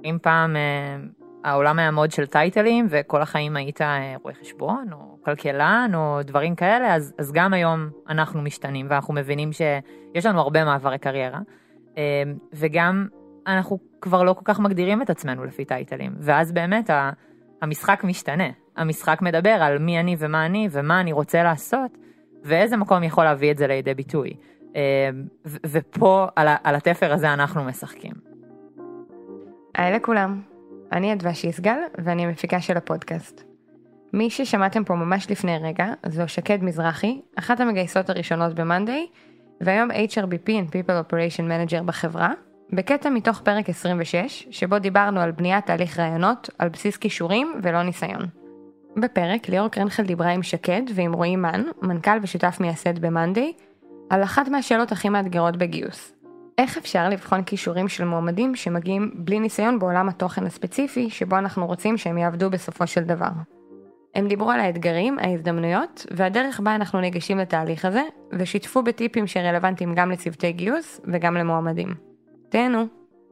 אם פעם העולם היה מאוד של טייטלים, וכל החיים היית רואה חשבון, או כלכלן, או דברים כאלה, אז גם היום אנחנו משתנים, ואנחנו מבינים שיש לנו הרבה מעברי קריירה, וגם אנחנו כבר לא כל כך מגדירים את עצמנו לפי טייטלים, ואז באמת המשחק משתנה. המשחק מדבר על מי אני ומה אני רוצה לעשות, ואיזה מקום יכול להביא את זה לידי ביטוי. ופה על התפר הזה אנחנו משחקים. היי לכולם, אני אדווה יסגל ואני המפיקה של הפודקאסט. מי ששמעתם פה ממש לפני רגע זו שקד מזרחי, אחת המגייסות הראשונות במאנדיי, והיום HRBP and People Operation Manager בחברה, בקטע מתוך פרק 26, שבו דיברנו על בניית תהליך רעיונות על בסיס כישורים ולא ניסיון. בפרק ליאור קרנחל דיברה עם שקד ועם רועי מן, מנכ"ל ושותף מייסד במאנדיי, על אחת מהשאלות הכי מאתגרות בגיוס. איך אפשר לבחון כישורים של מועמדים שמגיעים בלי ניסיון בעולם התוכן הספציפי שבו אנחנו רוצים שהם יעבדו בסופו של דבר? הם דיברו על האתגרים, ההזדמנויות והדרך בה אנחנו ניגשים לתהליך הזה, ושיתפו בטיפים שרלוונטיים גם לצוותי גיוס וגם למועמדים. תהנו.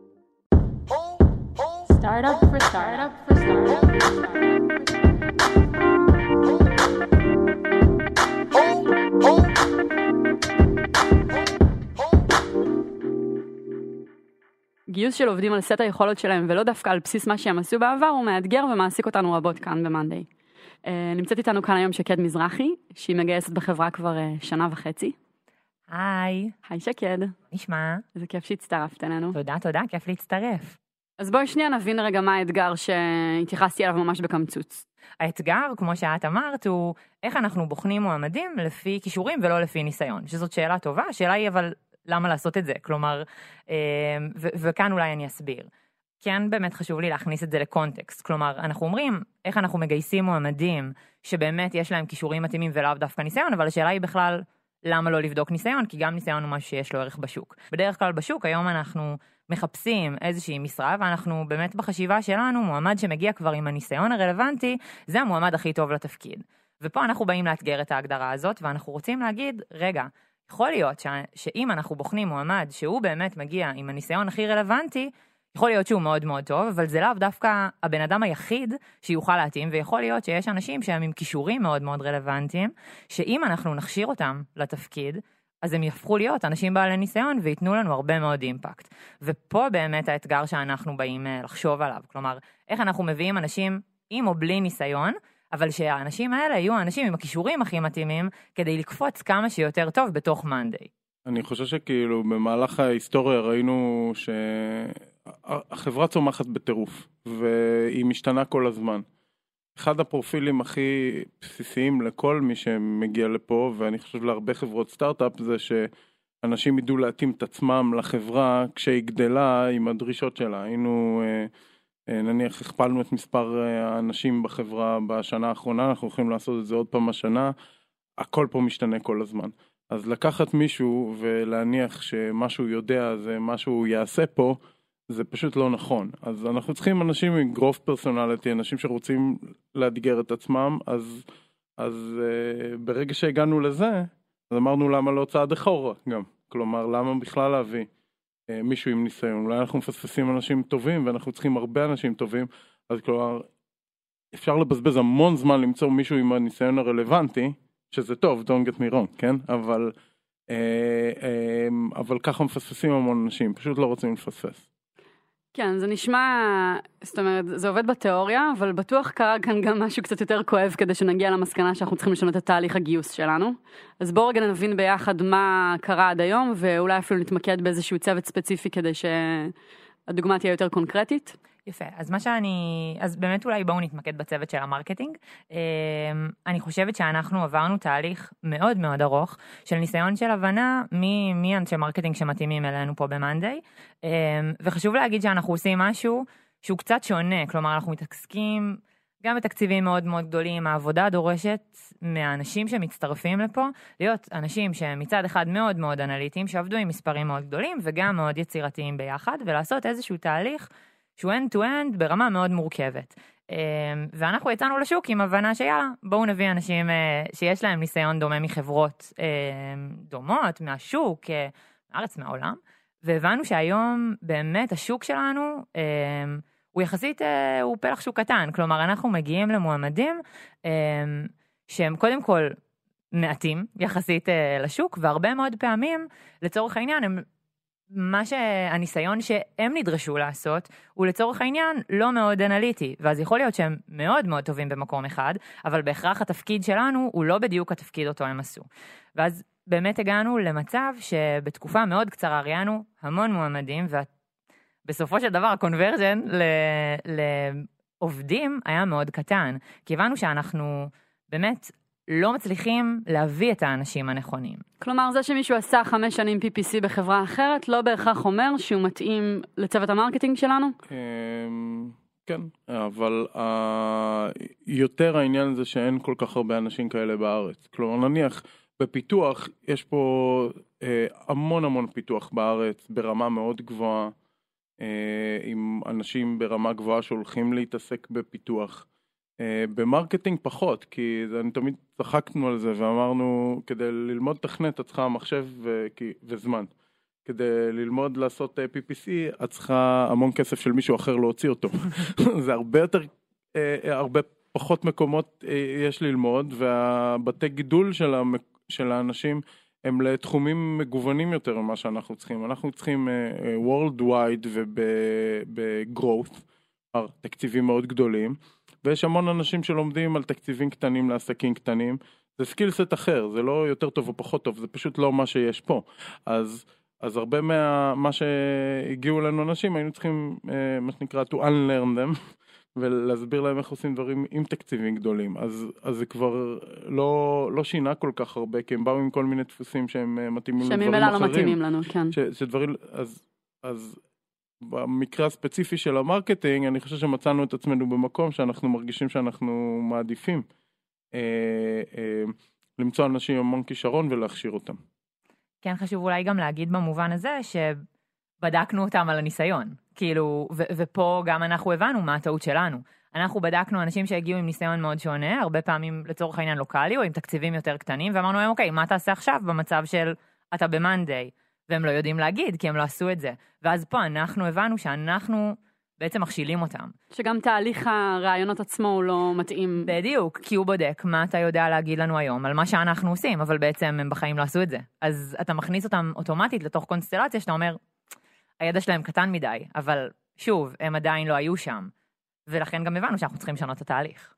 Startup for startup for startup. גיוס של עובדים על סט היכולות שלהם ולא דווקא על בסיס מה שהם עשו בעבר הוא מאתגר ומעסיק אותנו רבות כאן במאנדיי. נמצאת איתנו כאן היום שקד מזרחי, שהיא מגייסת בחברה כבר 1.5 שנה. היי. היי שקד. נשמע. איזה כיף שהצטרפת אלינו. תודה, כיף להצטרף. אז בואי שנייה נבין רגע מה האתגר שהתייחסתי אליו ממש בקמצוץ. האתגר, כמו שאת אמרת, הוא איך אנחנו בוחנים מועמדים לפי כישורים ולא לפי ניסיון, שזאת שאלה טובה. השאלה היא אבל למה לעשות את זה? כלומר, וכאן אולי אני אסביר. כן, באמת חשוב לי להכניס את זה לקונטקסט. כלומר, אנחנו אומרים איך אנחנו מגייסים מועמדים שבאמת יש להם כישורים מתאימים ולאו דווקא ניסיון, אבל השאלה היא בכלל למה לא לבדוק ניסיון, כי גם ניסיון הוא משהו שיש לו ערך בשוק. בדרך כלל בשוק, היום אנחנו מחפשים איזושהי משרה, ואנחנו באמת בחשיבה שלנו, מועמד שמגיע כבר עם הניסיון הרלוונטי, זה המועמד הכי טוב לתפקיד. ופה אנחנו באים לאתגר את ההגדרה הזאת, ואנחנו רוצים להגיד, רגע, יכול להיות שאם אנחנו בוחנים מועמד שהוא באמת מגיע עם הניסיון הכי רלוונטי, יכול להיות שהוא מאוד מאוד טוב, אבל זה לאו דווקא הבן אדם היחיד שיוכל להתאים, ויכול להיות שיש אנשים שהם עם כישורים מאוד מאוד רלוונטיים, שאם אנחנו נכשיר אותם לתפקיד, אז הם יהפכו להיות אנשים בעלי ניסיון, ויתנו לנו הרבה מאוד אימפקט. ופה באמת האתגר שאנחנו באים לחשוב עליו. כלומר, איך אנחנו מביאים אנשים עם או בלי ניסיון, אבל שהאנשים האלה יהיו האנשים עם הכישורים הכי מתאימים, כדי לקפוץ כמה שיותר טוב בתוך מאנדיי. אני חושב שכאילו במהלך ההיסטוריה ראינו שהחברה צומחת בטירוף, והיא משתנה כל הזמן. אחד הפרופילים הכי בסיסיים לכל מי שמגיע לפה, ואני חושב להרבה חברות סטארט-אפ, זה שאנשים ידעו להתאים את עצמם לחברה כשהיא גדלה עם הדרישות שלה. היינו, נניח, הכפלנו את מספר האנשים בחברה בשנה האחרונה, אנחנו יכולים לעשות את זה עוד פעם השנה, הכל פה משתנה כל הזמן. אז לקחת מישהו ולהניח שמשהו יודע זה משהו יעשה פה, זה פשוט לא נכון. אז אנחנו צריכים אנשים עם growth personality, אנשים שרוצים לאתגר את עצמם, אז ברגע שהגענו לזה, אז אמרנו למה לא צעד אחורה גם. כלומר, למה בכלל להביא מישהו עם ניסיון? אולי אנחנו מפספסים אנשים טובים, ואנחנו צריכים הרבה אנשים טובים, אז כלומר, אפשר לבזבז המון זמן למצוא מישהו עם הניסיון הרלוונטי, שזה טוב, don't get me wrong, כן? אבל ככה מפספסים המון אנשים, פשוט לא רוצים לפספס. כן, זה נשמע, זאת אומרת, זה עובד בתיאוריה, אבל בטוח קרה כאן גם משהו קצת יותר כואב כדי שנגיע למסקנה שאנחנו צריכים לשנות את תהליך הגיוס שלנו. אז בואו רגע נבין ביחד מה קרה עד היום, ואולי אפילו נתמקד באיזשהו צוות ספציפי כדי שהדוגמה תהיה יותר קונקרטית. יפה, אז באמת אולי בואו נתמקד בצוות של המרקטינג. אני חושבת שאנחנו עברנו תהליך מאוד מאוד ארוך של ניסיון של הבנה מי אנשי מרקטינג שמתאימים אלינו פה במאנדיי, וחשוב להגיד שאנחנו עושים משהו שהוא קצת שונה, כלומר אנחנו מתעסקים גם בתקציבים מאוד מאוד גדולים. העבודה דורשת מהאנשים שמצטרפים לפה להיות אנשים שמצד אחד מאוד מאוד אנליטיים, שעבדו עם מספרים מאוד גדולים וגם מאוד יצירתיים ביחד, ולעשות איזשהו תהליך שהוא end-to-end ברמה מאוד מורכבת. ואנחנו יצאנו לשוק עם הבנה שיאללה, בואו נביא אנשים שיש להם ניסיון דומה מחברות דומות, מהשוק, מהארץ, מהעולם, והבנו שהיום באמת השוק שלנו הוא יחסית, הוא פלח שוק קטן, כלומר אנחנו מגיעים למועמדים שהם קודם כל מעטים יחסית לשוק, והרבה מאוד פעמים לצורך העניין הם מה שהניסיון שהם נדרשו לעשות, הוא לצורך העניין לא מאוד אנליטי, ואז יכול להיות שהם מאוד מאוד טובים במקום אחד, אבל בהכרח התפקיד שלנו הוא לא בדיוק התפקיד אותו הם עשו. ואז באמת הגענו למצב שבתקופה מאוד קצרה ראינו המון מועמדים, ובסופו של דבר הקונברג'ן לעובדים היה מאוד קטן, כי הבנו שאנחנו באמת לא מצליחים להביא את האנשים הנכונים. כלומר, זה שמישהו עשה 5 שנים PPC בחברה אחרת, לא בהכרח אומר שהוא מתאים לצוות המרקטינג שלנו? כן, אבל יותר העניין זה שאין כל כך הרבה אנשים כאלה בארץ. כלומר, נניח, בפיתוח, יש פה המון פיתוח בארץ, ברמה מאוד גבוהה, עם אנשים ברמה גבוהה שהולכים להתעסק בפיתוח. במרקטינג פחות, כי אני תמיד צחקנו על זה ואמרנו, כדי ללמוד תכנת את צריכה מחשב וזמן. כדי ללמוד לעשות PPC, את צריכה המון כסף של מישהו אחר להוציא אותו. זה הרבה פחות מקומות יש ללמוד, והבתי גידול של האנשים הם לתחומים מגוונים יותר ממה שאנחנו צריכים. אנחנו צריכים worldwide ובgrowth, תקציבים מאוד גדולים, ויש המון אנשים שלומדים על תקציבים קטנים לעסקים קטנים. זה סקילסט אחר, זה לא יותר טוב או פחות טוב, זה פשוט לא מה שיש פה. אז הרבה מה שהגיעו לנו אנשים, היינו צריכים, מה שנקרא, to unlearn them, ולהסביר להם איך עושים דברים עם תקציבים גדולים. אז זה כבר לא שינה כל כך הרבה, כי הם באו עם כל מיני דפוסים שהם מתאימים לדברים אחרים. שממילא לא מתאימים לנו, כן. שדברים, אז במקרה הספציפי של המרקטינג, אני חושב שמצאנו את עצמנו במקום שאנחנו מרגישים שאנחנו מעדיפים למצוא אנשים עם המון כישרון ולהכשיר אותם. כן, חשוב אולי גם להגיד במובן הזה שבדקנו אותם על הניסיון. כאילו, ופה גם אנחנו הבנו מה הטעות שלנו. אנחנו בדקנו אנשים שהגיעו עם ניסיון מאוד שונה, הרבה פעמים לצורך העניין לוקלי, או עם תקציבים יותר קטנים, ואמרנו להם, אוקיי, מה תעשה עכשיו במצב של אתה במנדי? והם לא יודעים להגיד, כי הם לא עשו את זה. ואז פה אנחנו הבנו שאנחנו בעצם מכשילים אותם. שגם תהליך הרעיונות עצמו הוא לא מתאים. בדיוק, כי הוא בודק מה אתה יודע להגיד לנו היום, על מה שאנחנו עושים, אבל בעצם הם בחיים לא עשו את זה. אז אתה מכניס אותם אוטומטית לתוך קונסטלציה, שאתה אומר, הידע שלהם קטן מדי, אבל שוב, הם עדיין לא היו שם. ולכן גם הבנו שאנחנו צריכים לשנות את התהליך.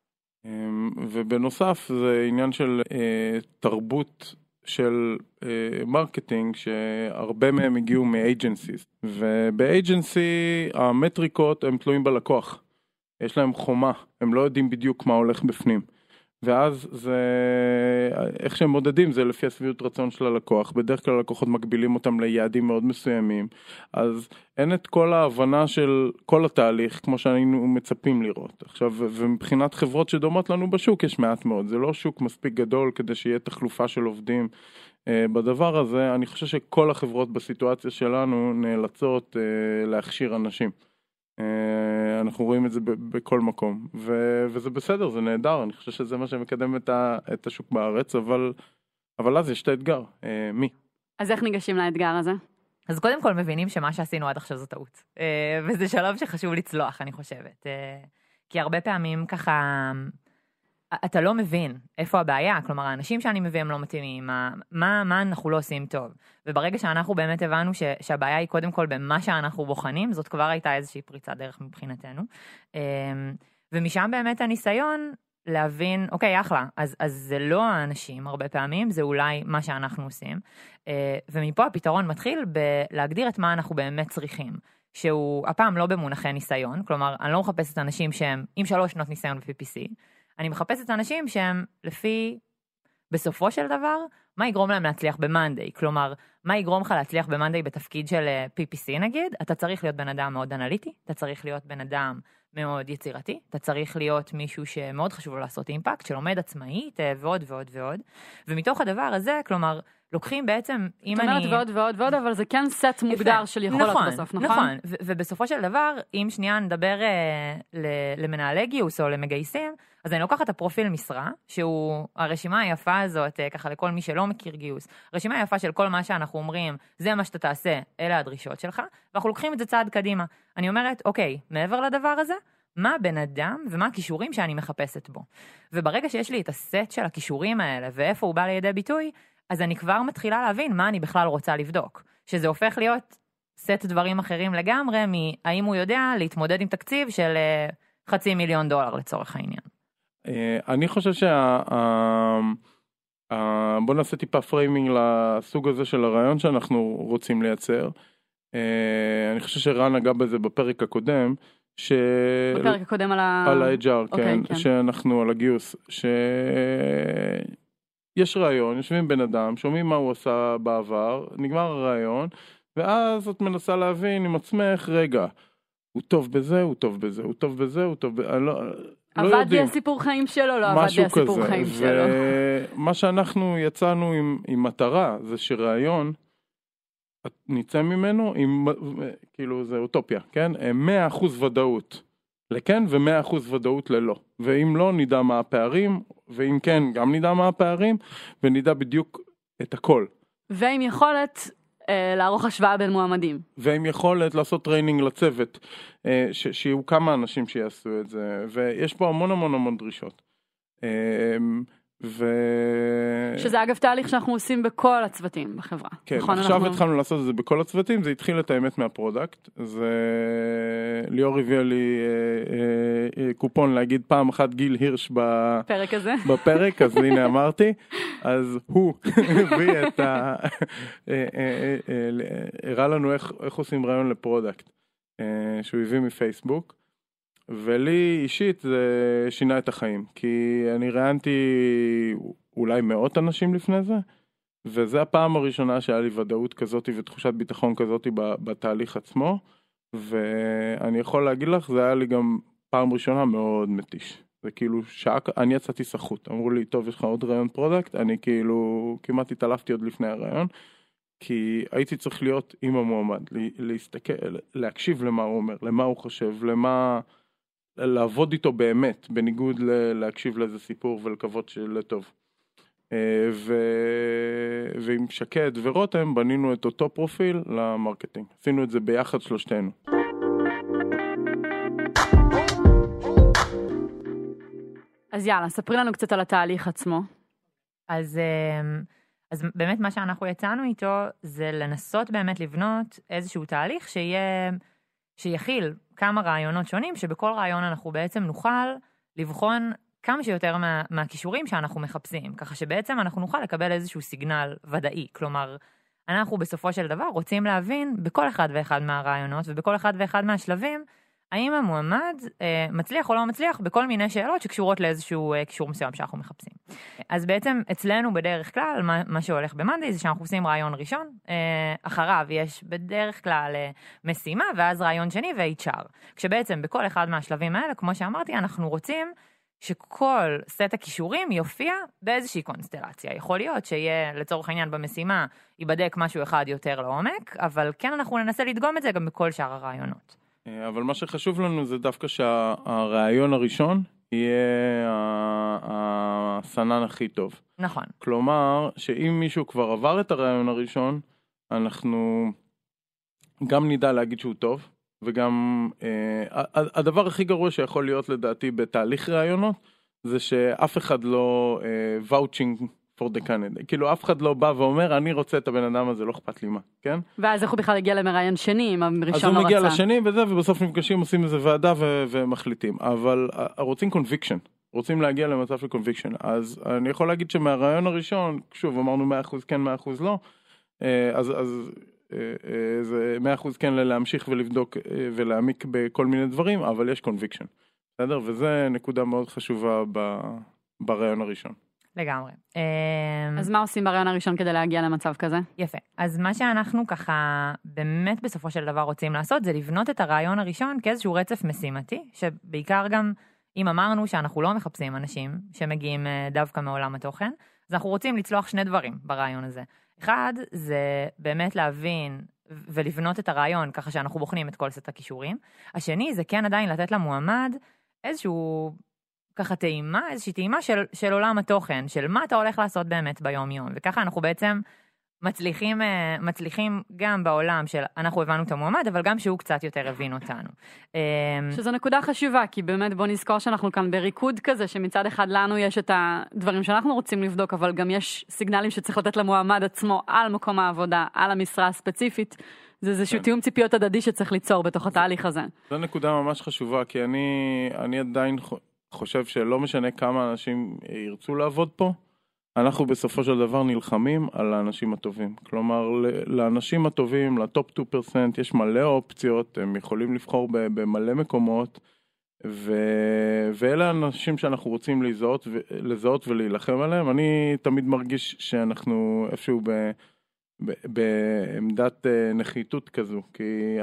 ובנוסף, זה עניין של תרבות של מרקטינג, שהרבה מהם הגיעו מאג'נסיס, ובאג'נסי המטריקות הם תלויים בלקוח, יש להם חומה, הם לא יודעים בדיוק מה הולך בפנים, ואז זה, איך שהם מודדים זה לפי הסביבות רצון של הלקוח, בדרך כלל הלקוחות מגבילים אותם ליעדים מאוד מסוימים, אז אין את כל ההבנה של כל התהליך כמו שהיינו מצפים לראות. עכשיו, ומבחינת חברות שדומות לנו בשוק יש מעט מאוד, זה לא שוק מספיק גדול כדי שיהיה תחלופה של עובדים בדבר הזה. אני חושב שכל החברות בסיטואציה שלנו נאלצות להכשיר אנשים. אנחנו רואים את זה בכל מקום, וזה בסדר, זה נהדר, אני חושב שזה מה שמקדם את השוק בארץ, אבל אז יש את האתגר, מי? אז איך ניגשים לאתגר הזה? אז קודם כל מבינים שמה שעשינו עד עכשיו זו טעות, וזה שלב שחשוב לצלוח, אני חושבת, כי הרבה פעמים ככה, אתה לא מבין איפה הבעיה, כלומר האנשים שאני מביא הם לא מתאימים, מה אנחנו לא עושים טוב, וברגע שאנחנו באמת הבנו שהבעיה היא קודם כל במה שאנחנו בוחנים, זאת כבר הייתה איזושהי פריצת דרך מבחינתנו, ומשם באמת הניסיון להבין, אוקיי, אחלה, אז זה לא האנשים הרבה פעמים, זה אולי מה שאנחנו עושים, ומפה הפתרון מתחיל בלהגדיר את מה אנחנו באמת צריכים, שהוא הפעם לא במונחי ניסיון, כלומר אני לא מחפשת אנשים שהם עם 3 שנות ניסיון ב-PPC, אני מחפשת אנשים שהם לפי, בסופו של דבר, מה יגרום להם להצליח במנדי? כלומר, מה יגרום לך להצליח במנדי בתפקיד של PPC נגיד? אתה צריך להיות בן אדם מאוד אנליטי, אתה צריך להיות בן אדם מאוד יצירתי, אתה צריך להיות מישהו שמאוד חשוב לו לעשות אימפקט, שלומד עצמאית ועוד ועוד ועוד. ומתוך הדבר הזה, כלומר, לוקחים בעצם, אם אני... זאת אומרת ועוד ועוד ועוד, אבל זה כן סט מוגדר של יכולות בסוף, נכון? נכון, ובסופו של דבר, אם שנייה נדבר למנהלי גיוס או למגייסים, אז אני לוקחת את הפרופיל משרה, שהוא הרשימה היפה הזאת, ככה לכל מי שלא לא מכיר גיוס. רשימה יפה של כל מה שאנחנו אומרים, זה מה שאתה תעשה, אלה הדרישות שלך, ואנחנו לוקחים את זה צעד קדימה. אני אומרת, אוקיי, מעבר לדבר הזה, מה בן אדם ומה הכישורים שאני מחפשת בו. וברגע שיש לי את הסט של הכישורים האלה, ואיפה הוא בא לידי ביטוי, אז אני כבר מתחילה להבין מה אני בכלל רוצה לבדוק. שזה הופך להיות סט דברים אחרים לגמרי, מהאם הוא יודע להתמודד עם תקציב של $500,000 לצורך העניין. אני חושב בוא נעשה טיפה פריימינג לסוג הזה של הרעיון שאנחנו רוצים לייצר. אני חושב שרן נגע בזה בפרק הקודם, בפרק הקודם על ה-HR, כן, שאנחנו על הגיוס, שיש רעיון, יושבים בן אדם, שומעים מה הוא עשה בעבר, נגמר הרעיון, ואז את מנסה להבין עם עצמך, רגע, הוא טוב בזה, הוא טוב בזה, הוא טוב בזה, הוא טוב בזה, עבד לי הסיפור חיים שלו, לא עבד לי הסיפור חיים שלו. ומה שאנחנו יצאנו עם מטרה, זה שרעיון, נצא ממנו, כאילו זה אוטופיה, כן? 100% ודאות לכן ו100% ודאות ללא. ואם לא, נדע מה הפערים, ואם כן, גם נדע מה הפערים, ונדע בדיוק את הכל. ועם יכולת לערוך השוואה בין מועמדים. ועם יכולת לעשות טריינינג לצוות, שיהיו כמה אנשים שיעשו את זה, ויש פה המון דרישות. שזה אגב תהליך שאנחנו עושים בכל הצוותים בחברה. כן, עכשיו התחלנו לעשות את זה בכל הצוותים, זה התחיל את האמת מהפרודקט, ליאור הביא לי קופון להגיד פעם אחת גיל הירש בפרק הזה. בפרק, אז הנה אמרתי, אז הוא הביא את הראה לנו איך עושים רעיון לפרודקט, שהוא הביא מפייסבוק, ולי אישית זה שינה את החיים, כי אני ראיינתי אולי 100 אנשים לפני זה, וזה הפעם הראשונה שהיה לי ודאות כזאת ותחושת ביטחון כזאת בתהליך עצמו, ואני יכול להגיד לך, זה היה לי גם פעם ראשונה מאוד מתיש. זה כאילו שעה, אני יצאתי סחוט, אמרו לי, טוב, יש לך עוד רעיון פרודקט? אני כאילו כמעט התעלפתי עוד לפני הרעיון, כי הייתי צריך להיות עם המועמד, להסתכל, להקשיב למה הוא אומר, למה הוא חושב, לעבוד איתו באמת, בניגוד להקשיב לאיזה סיפור ולקוות שלטוב. ועם שקד ורותם בנינו את אותו פרופיל למרקטינג. עשינו את זה ביחד שלושתנו. אז יאללה, ספרי לנו קצת על התהליך עצמו. אז באמת מה שאנחנו יצאנו איתו זה לנסות באמת לבנות איזשהו תהליך שיכיל כמה רעיונות שונים, שבכל רעיון אנחנו בעצם נוכל לבחון כמה שיותר מהכישורים שאנחנו מחפשים, ככה שבעצם אנחנו נוכל לקבל איזשהו סיגנל ודאי. כלומר, אנחנו בסופו של דבר רוצים להבין בכל אחד ואחד מהרעיונות ובכל אחד ואחד מהשלבים, האם המועמד מצליח או לא מצליח בכל מיני שאלות שקשורות לאיזשהו קישור מסוים שאנחנו מחפשים. אז בעצם אצלנו בדרך כלל, מה שהולך במנדי זה שאנחנו עושים רעיון ראשון, אחריו יש בדרך כלל משימה, ואז רעיון שני ו-HR. כשבעצם בכל אחד מהשלבים האלה, כמו שאמרתי, אנחנו רוצים שכל סט הכישורים יופיע באיזושהי קונסטלציה. יכול להיות שיהיה לצורך העניין במשימה, ייבדק משהו אחד יותר לעומק, אבל כן אנחנו ננסה לדגום את זה גם בכל שאר הרעיונות. אבל מה שחשוב לנו זה דווקא שהרעיון הראשון יהיה הסנן הכי טוב. נכון. כלומר, שאם מישהו כבר עבר את הרעיון הראשון, אנחנו גם נדע להגיד שהוא טוב, וגם הדבר הכי גרוע שיכול להיות לדעתי בתהליך רעיונות, זה שאף אחד לא vouching for the candidate. כאילו אף אחד לא בא ואומר, אני רוצה את הבן אדם הזה, לא אכפת לי מה, כן? ואז איך הוא בכלל הגיע למראיין שני, אם הראשון לא רצה? אז הוא מגיע לשני וזה, ובסוף נפגשים, עושים איזה ועדה ומחליטים. אבל רוצים conviction, רוצים להגיע למצב של conviction. אז אני יכול להגיד שמהרעיון הראשון, שוב, אמרנו 100% כן, 100% לא, אז זה 100% כן להמשיך ולבדוק ולהעמיק בכל מיני דברים, אבל יש conviction. בסדר? וזה נקודה מאוד חשובה ברעיון הראשון. לגמרי. אז מה עושים ברעיון הראשון כדי להגיע למצב כזה? יפה. אז מה שאנחנו ככה באמת בסופו של דבר רוצים לעשות, זה לבנות את הרעיון הראשון כאיזשהו רצף משימתי, שבעיקר גם אם אמרנו שאנחנו לא מחפשים אנשים שמגיעים דווקא מעולם התוכן, אז אנחנו רוצים לצלוח שני דברים ברעיון הזה. אחד, זה באמת להבין ולבנות את הרעיון ככה שאנחנו בוחנים את כל סט הכישורים. השני, זה כן עדיין לתת למועמד איזשהו ככה טעימה, איזושהי טעימה של עולם התוכן, של מה אתה הולך לעשות באמת ביום יום, וככה אנחנו בעצם מצליחים גם בעולם של אנחנו הבנו את המועמד, אבל גם שהוא קצת יותר הבין אותנו. שזו נקודה חשובה, כי באמת בוא נזכור שאנחנו כאן בריקוד כזה, שמצד אחד לנו יש את הדברים שאנחנו רוצים לבדוק, אבל גם יש סיגנלים שצריך לתת למועמד עצמו על מקום העבודה, על המשרה הספציפית. זה איזשהו תיאום ציפיות הדדי שצריך ליצור בתוך התהליך הזה. זו נקודה ממש חשובה, כי אני עדיין חושב שלא משנה כמה אנשים ירצו לעבוד פה, אנחנו בסופו של דבר נלחמים על האנשים הטובים. כלומר, לאנשים הטובים, לטופ 2%, יש מלא אופציות, הם יכולים לבחור במלא מקומות, ואלה האנשים שאנחנו רוצים לזהות ולהילחם עליהם. אני תמיד מרגיש שאנחנו איפשהו בעמדת נחיתות כזו, כי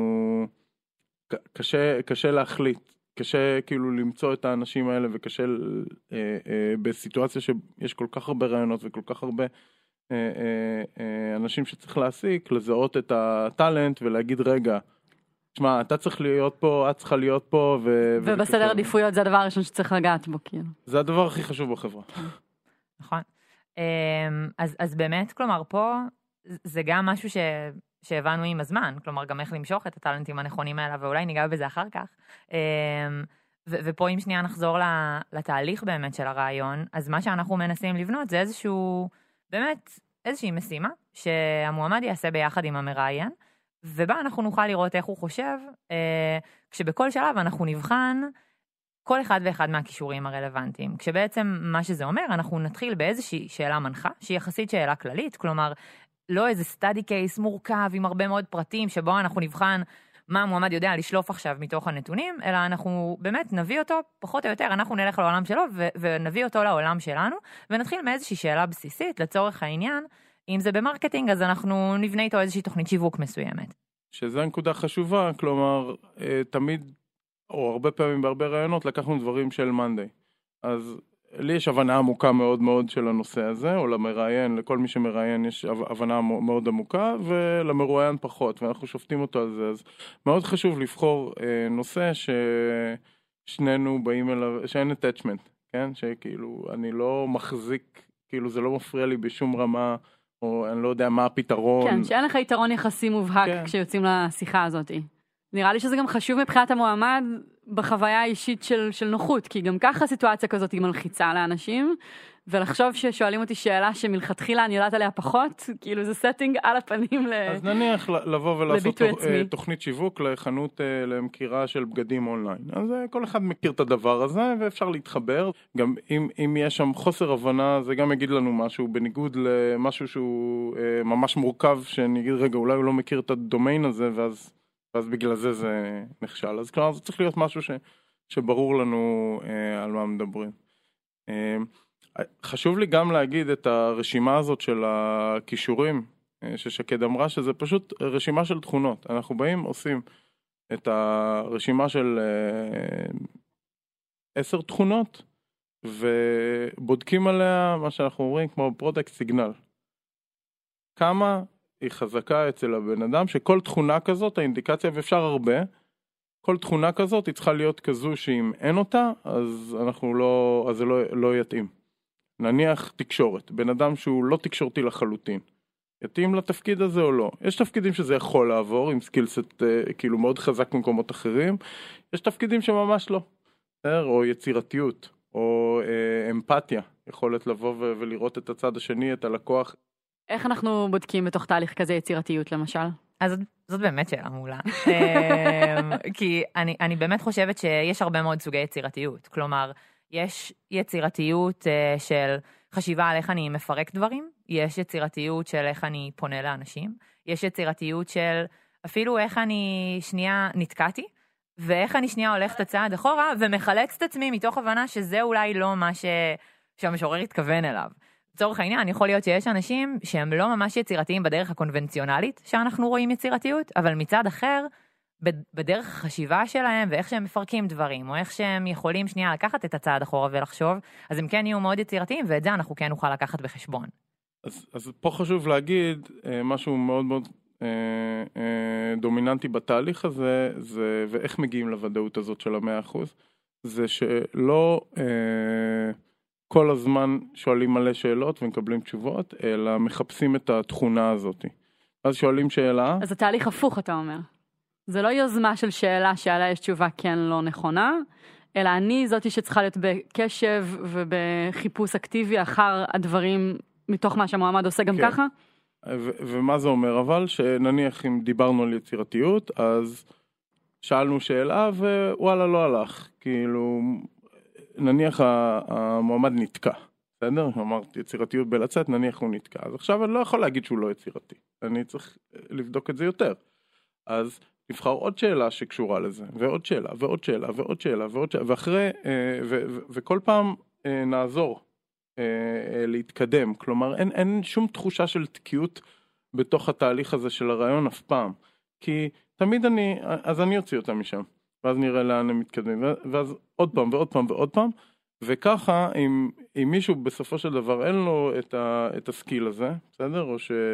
קשה להחליט. קשה כאילו למצוא את האנשים האלה, וקשה בסיטואציה שיש כל כך הרבה רעיונות וכל כך הרבה אנשים שצריך להעסיק, לזהות את הטלנט ולהגיד רגע, תשמע, אתה צריך להיות פה, את צריכה להיות פה. ובסדר עדיפויות זה הדבר הראשון שצריך לגעת בו, כאילו. זה הדבר הכי חשוב בחברה. נכון. אז באמת, כלומר, פה זה גם משהו שהבנו עם הזמן, כלומר גם איך למשוך את הטלנטים הנכונים האלה, ואולי ניגע בזה אחר כך. ופה אם שנייה נחזור לתהליך באמת של הרעיון, אז מה שאנחנו מנסים לבנות זה באמת איזושהי משימה, שהמועמד יעשה ביחד עם המראיין, ובה אנחנו נוכל לראות איך הוא חושב, כשבכל שלב אנחנו נבחן כל אחד ואחד מהכישורים הרלוונטיים. כשבעצם מה שזה אומר, אנחנו נתחיל באיזושהי שאלה מנחה, שהיא יחסית שאלה כללית, כלומר, לא איזה סטאדי קייס מורכב עם הרבה מאוד פרטים, שבו אנחנו נבחן מה המועמד יודע לשלוף עכשיו מתוך הנתונים, אלא אנחנו באמת נביא אותו, פחות או יותר, אנחנו נלך לעולם שלו, ונביא אותו לעולם שלנו, ונתחיל מאיזושהי שאלה בסיסית, לצורך העניין, אם זה במרקטינג, אז אנחנו נבנה איתו איזושהי תוכנית שיווק מסוימת. שזו נקודה חשובה, כלומר, תמיד, או הרבה פעמים בהרבה רעיונות, לקחנו דברים של מנדי. אז לי יש הבנה עמוקה מאוד מאוד של הנושא הזה, או למראיין, לכל מי שמראיין יש הבנה מאוד עמוקה, ולמרואיין פחות, ואנחנו שופטים אותו על זה. אז מאוד חשוב לבחור נושא ששנינו באים אליו, שאין attachment, כן? שכאילו אני לא מחזיק, כאילו זה לא מפריע לי בשום רמה, או אני לא יודע מה הפתרון. כן, שאין לך יתרון יחסי מובהק כן. כשיוצאים לשיחה הזאת. נראה לי שזה גם חשוב מבחינת המועמד בחוויה האישית של נוחות, כי גם ככה סיטואציה כזאת היא מלחיצה לאנשים, ולחשוב ששואלים אותי שאלה שמלכתחילה אני יודעת עליה פחות, כאילו זה סטינג על הפנים אז נניח לבוא ולעשות תוכנית שיווק לחנות למכירה של בגדים אונליין. אז כל אחד מכיר את הדבר הזה ואפשר להתחבר. גם אם יש שם חוסר הבנה, זה גם יגיד לנו משהו, בניגוד למשהו שהוא ממש מורכב, שאני אגיד רגע, אולי הוא לא מכיר את הדומיין הזה, ואז בגלל זה נכשל. אז כלומר, זה צריך להיות משהו שברור לנו על מה מדברים. חשוב לי גם להגיד את הרשימה הזאת של הכישורים, ששקד אמרה שזה פשוט רשימה של תכונות. אנחנו באים, עושים את הרשימה של 10 תכונות, ובודקים עליה מה שאנחנו אומרים כמו פרודקט סיגנל. כמה היא חזקה אצל הבן אדם, שכל תכונה כזאת, האינדיקציה, ואפשר הרבה, כל תכונה כזאת היא צריכה להיות כזו שאם אין אותה, אז זה לא יתאים. נניח תקשורת, בן אדם שהוא לא תקשורתי לחלוטין, יתאים לתפקיד הזה או לא. יש תפקידים שזה יכול לעבור עם סקילסט כאילו מאוד חזק במקומות אחרים, יש תפקידים שממש לא, או יצירתיות, או אמפתיה, יכולת לבוא ולראות את הצד השני, את הלקוח. איך אנחנו בודקים בתוך תהליך כזה יצירתיות למשל? אז זאת באמת שאלה מעולה. כי אני באמת חושבת שיש הרבה מאוד סוגי יצירתיות. כלומר, יש יצירתיות של חשיבה על איך אני מפרק דברים, יש יצירתיות של איך אני פונה לאנשים, יש יצירתיות של אפילו איך אני שנייה נתקעתי, ואיך אני שנייה הולכת הצעד אחורה, ומחלץ את עצמי מתוך הבנה שזה אולי לא מה שהמשורר התכוון אליו. לצורך העניין, יכול להיות שיש אנשים שהם לא ממש יצירתיים בדרך הקונבנציונלית שאנחנו רואים יצירתיות, אבל מצד אחר, בדרך החשיבה שלהם ואיך שהם מפרקים דברים, או איך שהם יכולים שנייה לקחת את הצעד אחורה ולחשוב, אז הם כן יהיו מאוד יצירתיים, ואת זה אנחנו כן נוכל לקחת בחשבון. אז פה חשוב להגיד משהו מאוד מאוד דומיננטי בתהליך הזה, ואיך מגיעים לוודאות הזאת של 100%. זה שלא כל הזמן שואלים מלא שאלות ומקבלים תשובות, אלא מחפשים את התכונה הזאת. אז שואלים שאלה. אז התהליך הפוך, אתה אומר. זה לא יוזמה של שאלה שעליה יש תשובה כן לא נכונה, אלא אני זאתי שצריכה להיות בקשב ובחיפוש אקטיבי אחר הדברים מתוך מה שהמועמד עושה גם ככה. ומה זה אומר? אבל שנניח אם דיברנו על יצירתיות, אז שאלנו שאלה ווואלה לא הלך. כאילו, נניח המועמד נתקע. בסדר? אמרתי יצירתיות בלצאת, נניח הוא נתקע. אז עכשיו אני לא יכול להגיד שהוא לא יצירתי. אני צריך לבדוק את זה יותר. אז נבחר עוד שאלה שקשורה לזה, ועוד שאלה, ועוד שאלה, ועוד שאלה, ועוד שאלה, ואחרי, וכל פעם נעזור להתקדם. כלומר, אין שום תחושה של תקיעות בתוך התהליך הזה של הרעיון אף פעם. כי תמיד אז אני אוציא אותה משם, ואז נראה לאן הם מתקדמים, ואז עוד פעם ועוד פעם ועוד פעם, וככה, אם מישהו בסופו של דבר אין לו את הסקיל הזה, בסדר?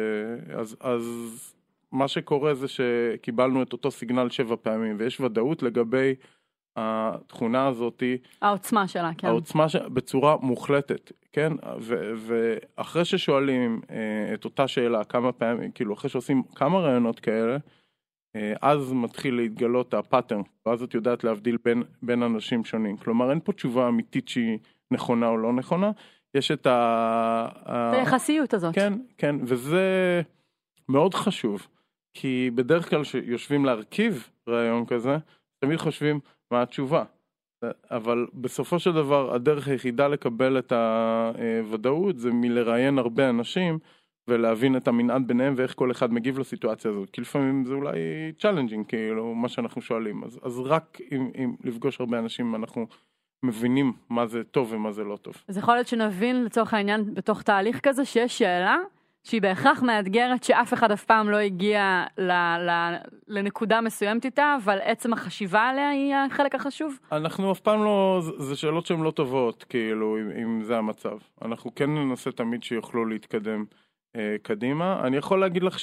אז מה שקורה זה שקיבלנו את אותו סיגנל 7 פעמים, ויש ודאות לגבי התכונה הזאת. העוצמה שלה, כן. העוצמה שלה בצורה מוחלטת, כן? ואחרי ששואלים את אותה שאלה כמה פעמים, כאילו אחרי שעושים כמה רעיונות כאלה, אז מתחיל להתגלות הפאטרן, ואז את יודעת להבדיל בין אנשים שונים. כלומר, אין פה תשובה אמיתית שהיא נכונה או לא נכונה, יש את היחסיות הזאת. כן, כן, וזה מאוד חשוב, כי בדרך כלל שיושבים להרכיב רעיון כזה, תמיד חושבים מה התשובה. אבל בסופו של דבר, הדרך היחידה לקבל את הוודאות, זה מלראיין הרבה אנשים, ולהבין את המנעד ביניהם ואיך כל אחד מגיב לסיטואציה הזאת. כי לפעמים זה אולי צ'אלנג'ינג, כאילו, מה שאנחנו שואלים. אז רק אם לפגוש הרבה אנשים, אנחנו מבינים מה זה טוב ומה זה לא טוב. אז יכול להיות שנבין לצורך העניין בתוך תהליך כזה, שיש שאלה שהיא בהכרח מאתגרת, שאף אחד אף פעם לא הגיע לנקודה מסוימת איתה, אבל עצם החשיבה עליה היא החלק החשוב. אנחנו אף פעם לא, זה שאלות שהן לא טובות, כאילו, אם זה המצב. אנחנו כן ננסה תמיד שיוכלו להתקדם קדימה. אני יכול להגיד לך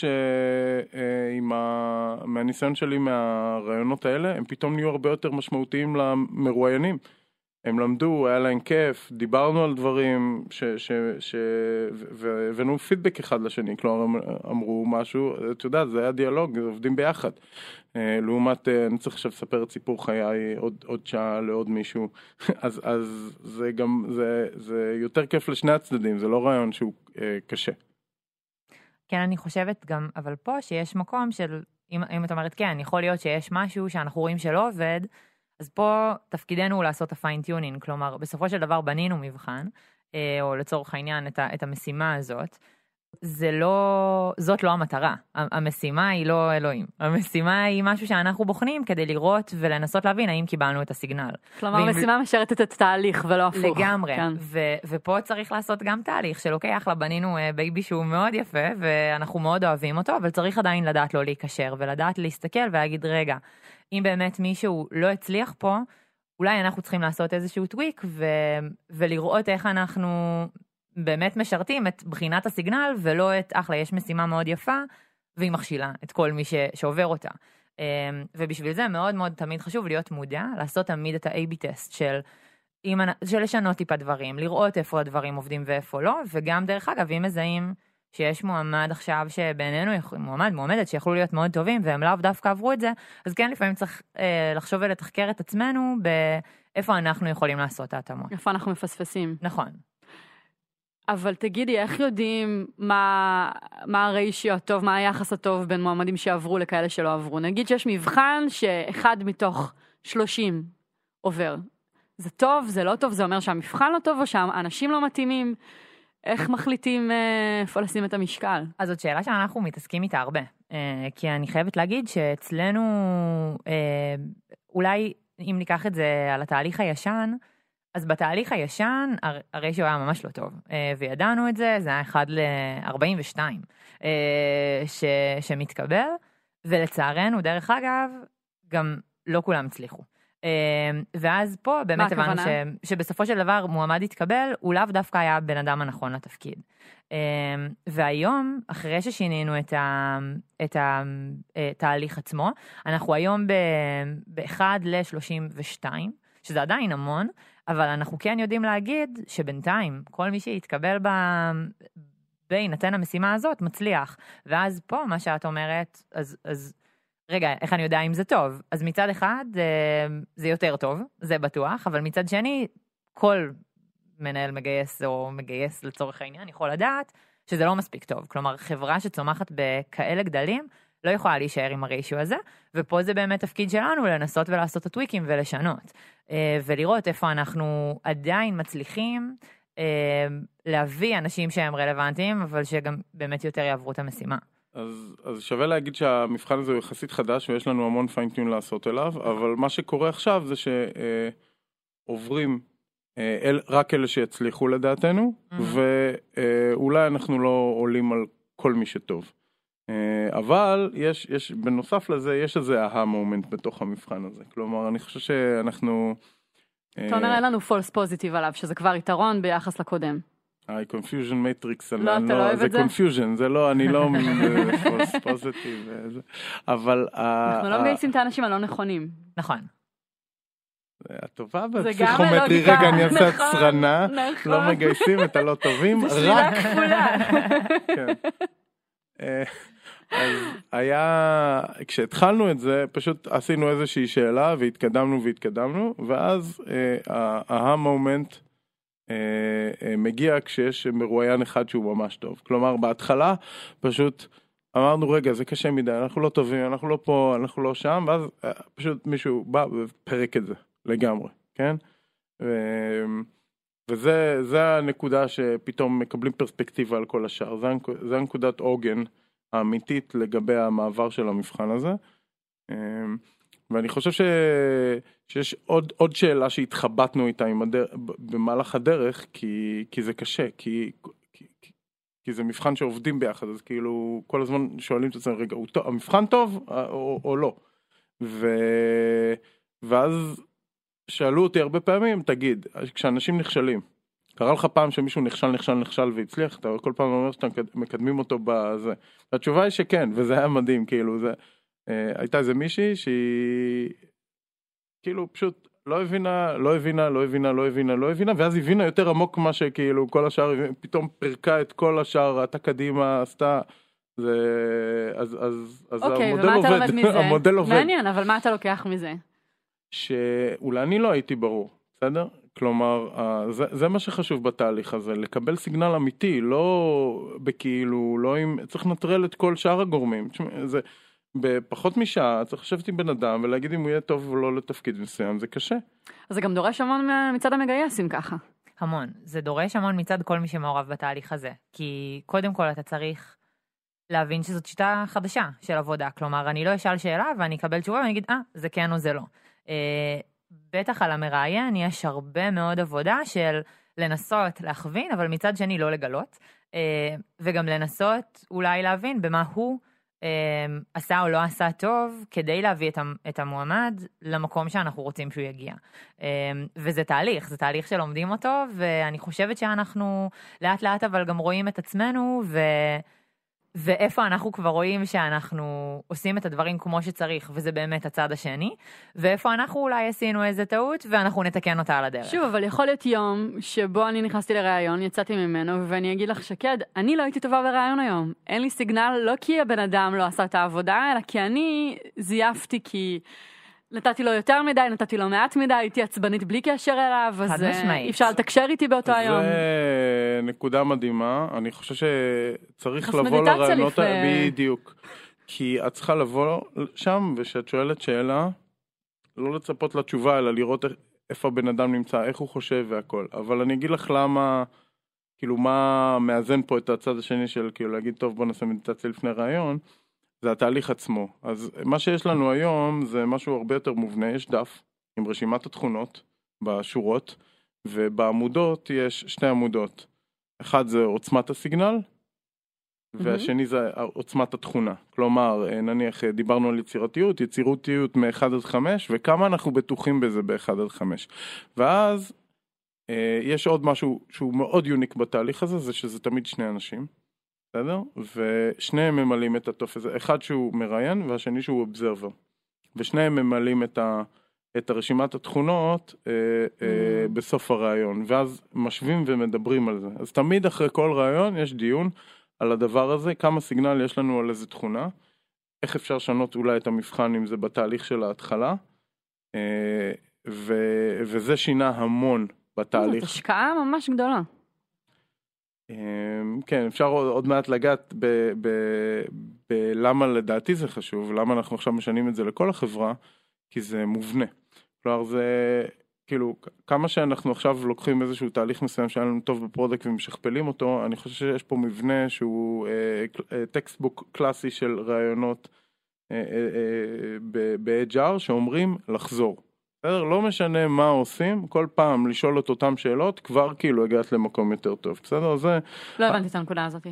מהניסיון שלי מהרעיונות האלה, הם פתאום נהיו הרבה יותר משמעותיים למרואיינים. הם למדו, היה להם כיף, דיברנו על דברים והבאנו פידבק אחד לשני, כלומר אמרו משהו, אתה יודע, זה היה דיאלוג, עובדים ביחד. לעומת, אני צריך עכשיו לספר את סיפור חיי עוד שעה לעוד מישהו, אז זה גם, זה יותר כיף לשני הצדדים, זה לא רעיון שהוא קשה. כן, אני חושבת גם, אבל פה שיש מקום של, אם את אומרת כן, יכול להיות שיש משהו שאנחנו רואים שלא עובד, אז פה תפקידנו הוא לעשות הפיינטיונינג, כלומר, בסופו של דבר בנינו מבחן, או לצורך העניין את המשימה הזאת, זאת לא המטרה. המשימה היא לא אלוהים. המשימה היא משהו שאנחנו בוחנים כדי לראות ולנסות להבין האם קיבלנו את הסיגנל. כלומר, המשימה משרתת את התהליך ולא הפוך. לגמרי. כן. ופה צריך לעשות גם תהליך שלוקח לבנינו בייבי שהוא מאוד יפה, ואנחנו מאוד אוהבים אותו, אבל צריך עדיין לדעת לא להיקשר, ולדעת להסתכל ולהגיד, רגע, אם באמת מישהו לא הצליח פה, אולי אנחנו צריכים לעשות איזשהו טוויק, ולראות איך אנחנו באמת משרתים את בחינת הסיגנל, ולא את אחלה, יש משימה מאוד יפה, והיא מכשילה את כל מי שעובר אותה. ובשביל זה מאוד מאוד תמיד חשוב להיות מודע, לעשות תמיד את ה-A-B טסט של לשנות טיפה דברים, לראות איפה הדברים עובדים ואיפה לא, וגם דרך אגב, אם מזהים שיש מועמד עכשיו שבעינינו, מועמדת שיכולו להיות מאוד טובים, והם לאו דווקא עברו את זה, אז כן, לפעמים צריך לחשוב ולתחקר את עצמנו, באיפה אנחנו יכולים לעשות ההתאמות. איפה אנחנו מפספסים. נכון. אבל תגידי, איך יודעים מה הריישיו הטוב, מה היחס הטוב בין מועמדים שעברו לכאלה שלא עברו? נגיד שיש מבחן שאחד מתוך 30 עובר. זה טוב, זה לא טוב, זה אומר שהמבחן לא טוב, או שהאנשים לא מתאימים. איך מחליטים איפה לשים את המשקל? אז זאת שאלה שאנחנו מתעסקים איתה הרבה. כי אני חייבת להגיד שאצלנו, אולי אם ניקח את זה על התהליך הישן, אז בתהליך הישן, הרי שהוא היה ממש לא טוב, וידענו את זה, זה היה 1:42 שמתקבל, ולצערנו, דרך אגב, גם לא כולם הצליחו. ואז פה באמת הבנו שבסופו של דבר מועמד התקבל, הוא לאו דווקא היה בן אדם הנכון לתפקיד. והיום, אחרי ששינינו את התהליך עצמו, אנחנו היום ב1:32, שזה עדיין המון, אבל אנחנו כן יודעים להגיד שבינתיים כל מי שיתקבל בהינתן המשימה הזאת מצליח. ואז פה מה שאת אומרת, אז רגע, איך אני יודע אם זה טוב? אז מצד אחד זה יותר טוב, זה בטוח, אבל מצד שני, כל מנהל מגייס או מגייס לצורך העניין יכול לדעת שזה לא מספיק טוב. כלומר, חברה שצומחת בכאלה גדלים, לא יכולה להישאר עם הריישו הזה, ופה זה באמת תפקיד שלנו לנסות ולעשות את הטוויקים ולשנות, ולראות איפה אנחנו עדיין מצליחים להביא אנשים שהם רלוונטיים, אבל שגם באמת יותר יעברו את המשימה. אז שווה להגיד שהמבחן הזה הוא יחסית חדש, ויש לנו המון פיינטיון לעשות אליו, אבל מה שקורה עכשיו זה שעוברים רק אלה שיצליחו לדעתנו, ואולי אנחנו לא עולים על כל מי שטוב. אבל יש בנוסף לזה, יש איזה מומנט בתוך המבחן הזה. כלומר, אני חושב שאנחנו... אתה אומר, אין לנו false positive עליו, שזה כבר יתרון ביחס לקודם. confusion matrix, לא, אתה לא אוהב את זה? זה confusion, זה לא, אני לא false positive, אבל... אנחנו לא מגייסים את האנשים הלא נכונים. נכון. הטובה בפסיכומטרי, רגע אני אעשה הצרנה, לא מגייסים את הלא טובים, זה שלילה כפולה. אז היה, כשהתחלנו את זה, פשוט עשינו איזושהי שאלה והתקדמנו, ואז המומנט מגיע כשיש מרואיין אחד שהוא ממש טוב. כלומר, בהתחלה פשוט אמרנו, רגע, זה קשה מדי, אנחנו לא טובים, אנחנו לא פה, אנחנו לא שם, ואז פשוט מישהו בא ופרק את זה לגמרי, כן? וזה הנקודה שפתאום מקבלים פרספקטיבה על כל השאר. זה הנקודת עוגן האמיתית לגבי המעבר של המבחן הזה. ואני חושב שיש עוד שאלה שהתחבטנו איתה במהלך הדרך, כי זה קשה, כי זה מבחן שעובדים ביחד, אז כאילו כל הזמן שואלים את עצמם, רגע, המבחן טוב או לא? ואז שאלו אותי הרבה פעמים, תגיד, כשאנשים נכשלים, קרה לך פעם שמישהו נכשל והצליח, אתה כל פעם אומר שאתם מקדמים אותו בזה. והתשובה היא שכן, וזה היה מדהים, כאילו, הייתה איזה מישהי שהיא, כאילו, פשוט לא הבינה, ואז הבינה יותר עמוק מה שכאילו, כל השאר, פתאום פרקה את כל השאר, אתה קדימה, עשתה, אז המודל עובד. מעניין, אבל מה אתה לוקח מזה? שאולי אני לא הייתי ברור, בסדר? כלומר, זה מה שחשוב בתהליך הזה, לקבל סיגנל אמיתי, לא בכאילו, לא עם, צריך לנטרל את כל שאר הגורמים. זה, בפחות משעה, צריך לשבת עם בן אדם ולהגיד אם הוא יהיה טוב או לא לתפקיד מסוים, זה קשה. אז זה גם דורש המון מצד המגייסים ככה. המון, זה דורש המון מצד כל מי שמעורב בתהליך הזה, כי קודם כל אתה צריך להבין שזאת שיטה חדשה של עבודה, כלומר, אני לא אשאל שאלה ואני אקבל תשובה ואני אגיד, זה כן או זה לא. בטח על המראיין יש הרבה מאוד עבודה של לנסות להכווין, אבל מצד שני לא לגלות, וגם לנסות אולי להבין במה הוא עשה או לא עשה טוב, כדי להביא את המועמד למקום שאנחנו רוצים שהוא יגיע. וזה תהליך, זה תהליך שלומדים אותו, ואני חושבת שאנחנו לאט לאט אבל גם רואים את עצמנו, ואיפה אנחנו כבר רואים שאנחנו עושים את הדברים כמו שצריך, וזה באמת הצד השני, ואיפה אנחנו אולי עשינו איזה טעות, ואנחנו נתקן אותה על הדרך. שוב, אבל יכול להיות יום שבו אני נכנסתי לראיון, יצאתי ממנו, ואני אגיד לך, שקד, אני לא הייתי טובה בראיון היום. אין לי סיגנל, לא כי הבן אדם לא עשה את העבודה, אלא כי אני זייפתי, כי נתתי לו יותר מדי, נתתי לו מעט מדי, הייתי עצבנית בלי קשר אליו, אז אי אפשר לתקשר איתי באותו היום. זה נקודה מדהימה, אני חושב שצריך לבוא לרעיונות בדיוק, כי את צריכה לבוא שם, ושאת שואלת שאלה, לא לצפות לתשובה, אלא לראות איפה הבן אדם נמצא, איך הוא חושב והכל, אבל אני אגיד לך למה, כאילו מה מאזן פה את הצד השני של כאילו להגיד, טוב בוא נעשה מדיטציה לפני רעיון, זה התהליך עצמו. אז מה שיש לנו היום זה משהו הרבה יותר מובנה, יש דף עם רשימת התכונות בשורות, ובעמודות יש שתי עמודות. אחד זה עוצמת הסיגנל, והשני זה עוצמת התכונה. כלומר, נניח דיברנו על יצירתיות מ-1 עד 5, וכמה אנחנו בטוחים בזה ב-1 עד 5. ואז יש עוד משהו שהוא מאוד יוניק בתהליך הזה, זה שזה תמיד שני אנשים. בסדר? ושניהם ממלאים את הטופס הזה, אחד שהוא מראיין והשני שהוא אובזרבר, ושניהם ממלאים את הרשימת התכונות בסוף הרעיון, ואז משווים ומדברים על זה. אז תמיד אחרי כל רעיון יש דיון על הדבר הזה, כמה סיגנל יש לנו על איזה תכונה, איך אפשר לשנות אולי את המבחן אם זה בתהליך של ההתחלה, וזה שינה המון בתהליך. זאת השקעה ממש גדולה. כן, אפשר עוד מעט לגעת בלמה לדעתי זה חשוב, למה אנחנו עכשיו משנים את זה לכל החברה, כי זה מובנה. כלומר, זה כאילו, כמה שאנחנו עכשיו לוקחים איזשהו תהליך מסוים שהיה לנו טוב בפרודקט ומשכפלים אותו, אני חושב שיש פה מבנה שהוא טקסטבוק קלאסי של רעיונות ב-HR שאומרים לחזור. בסדר? לא משנה מה עושים, כל פעם לשאול את אותם שאלות, כבר כאילו הגעת למקום יותר טוב. בסדר? זה... לא הבנתי את הנקודה הזאת.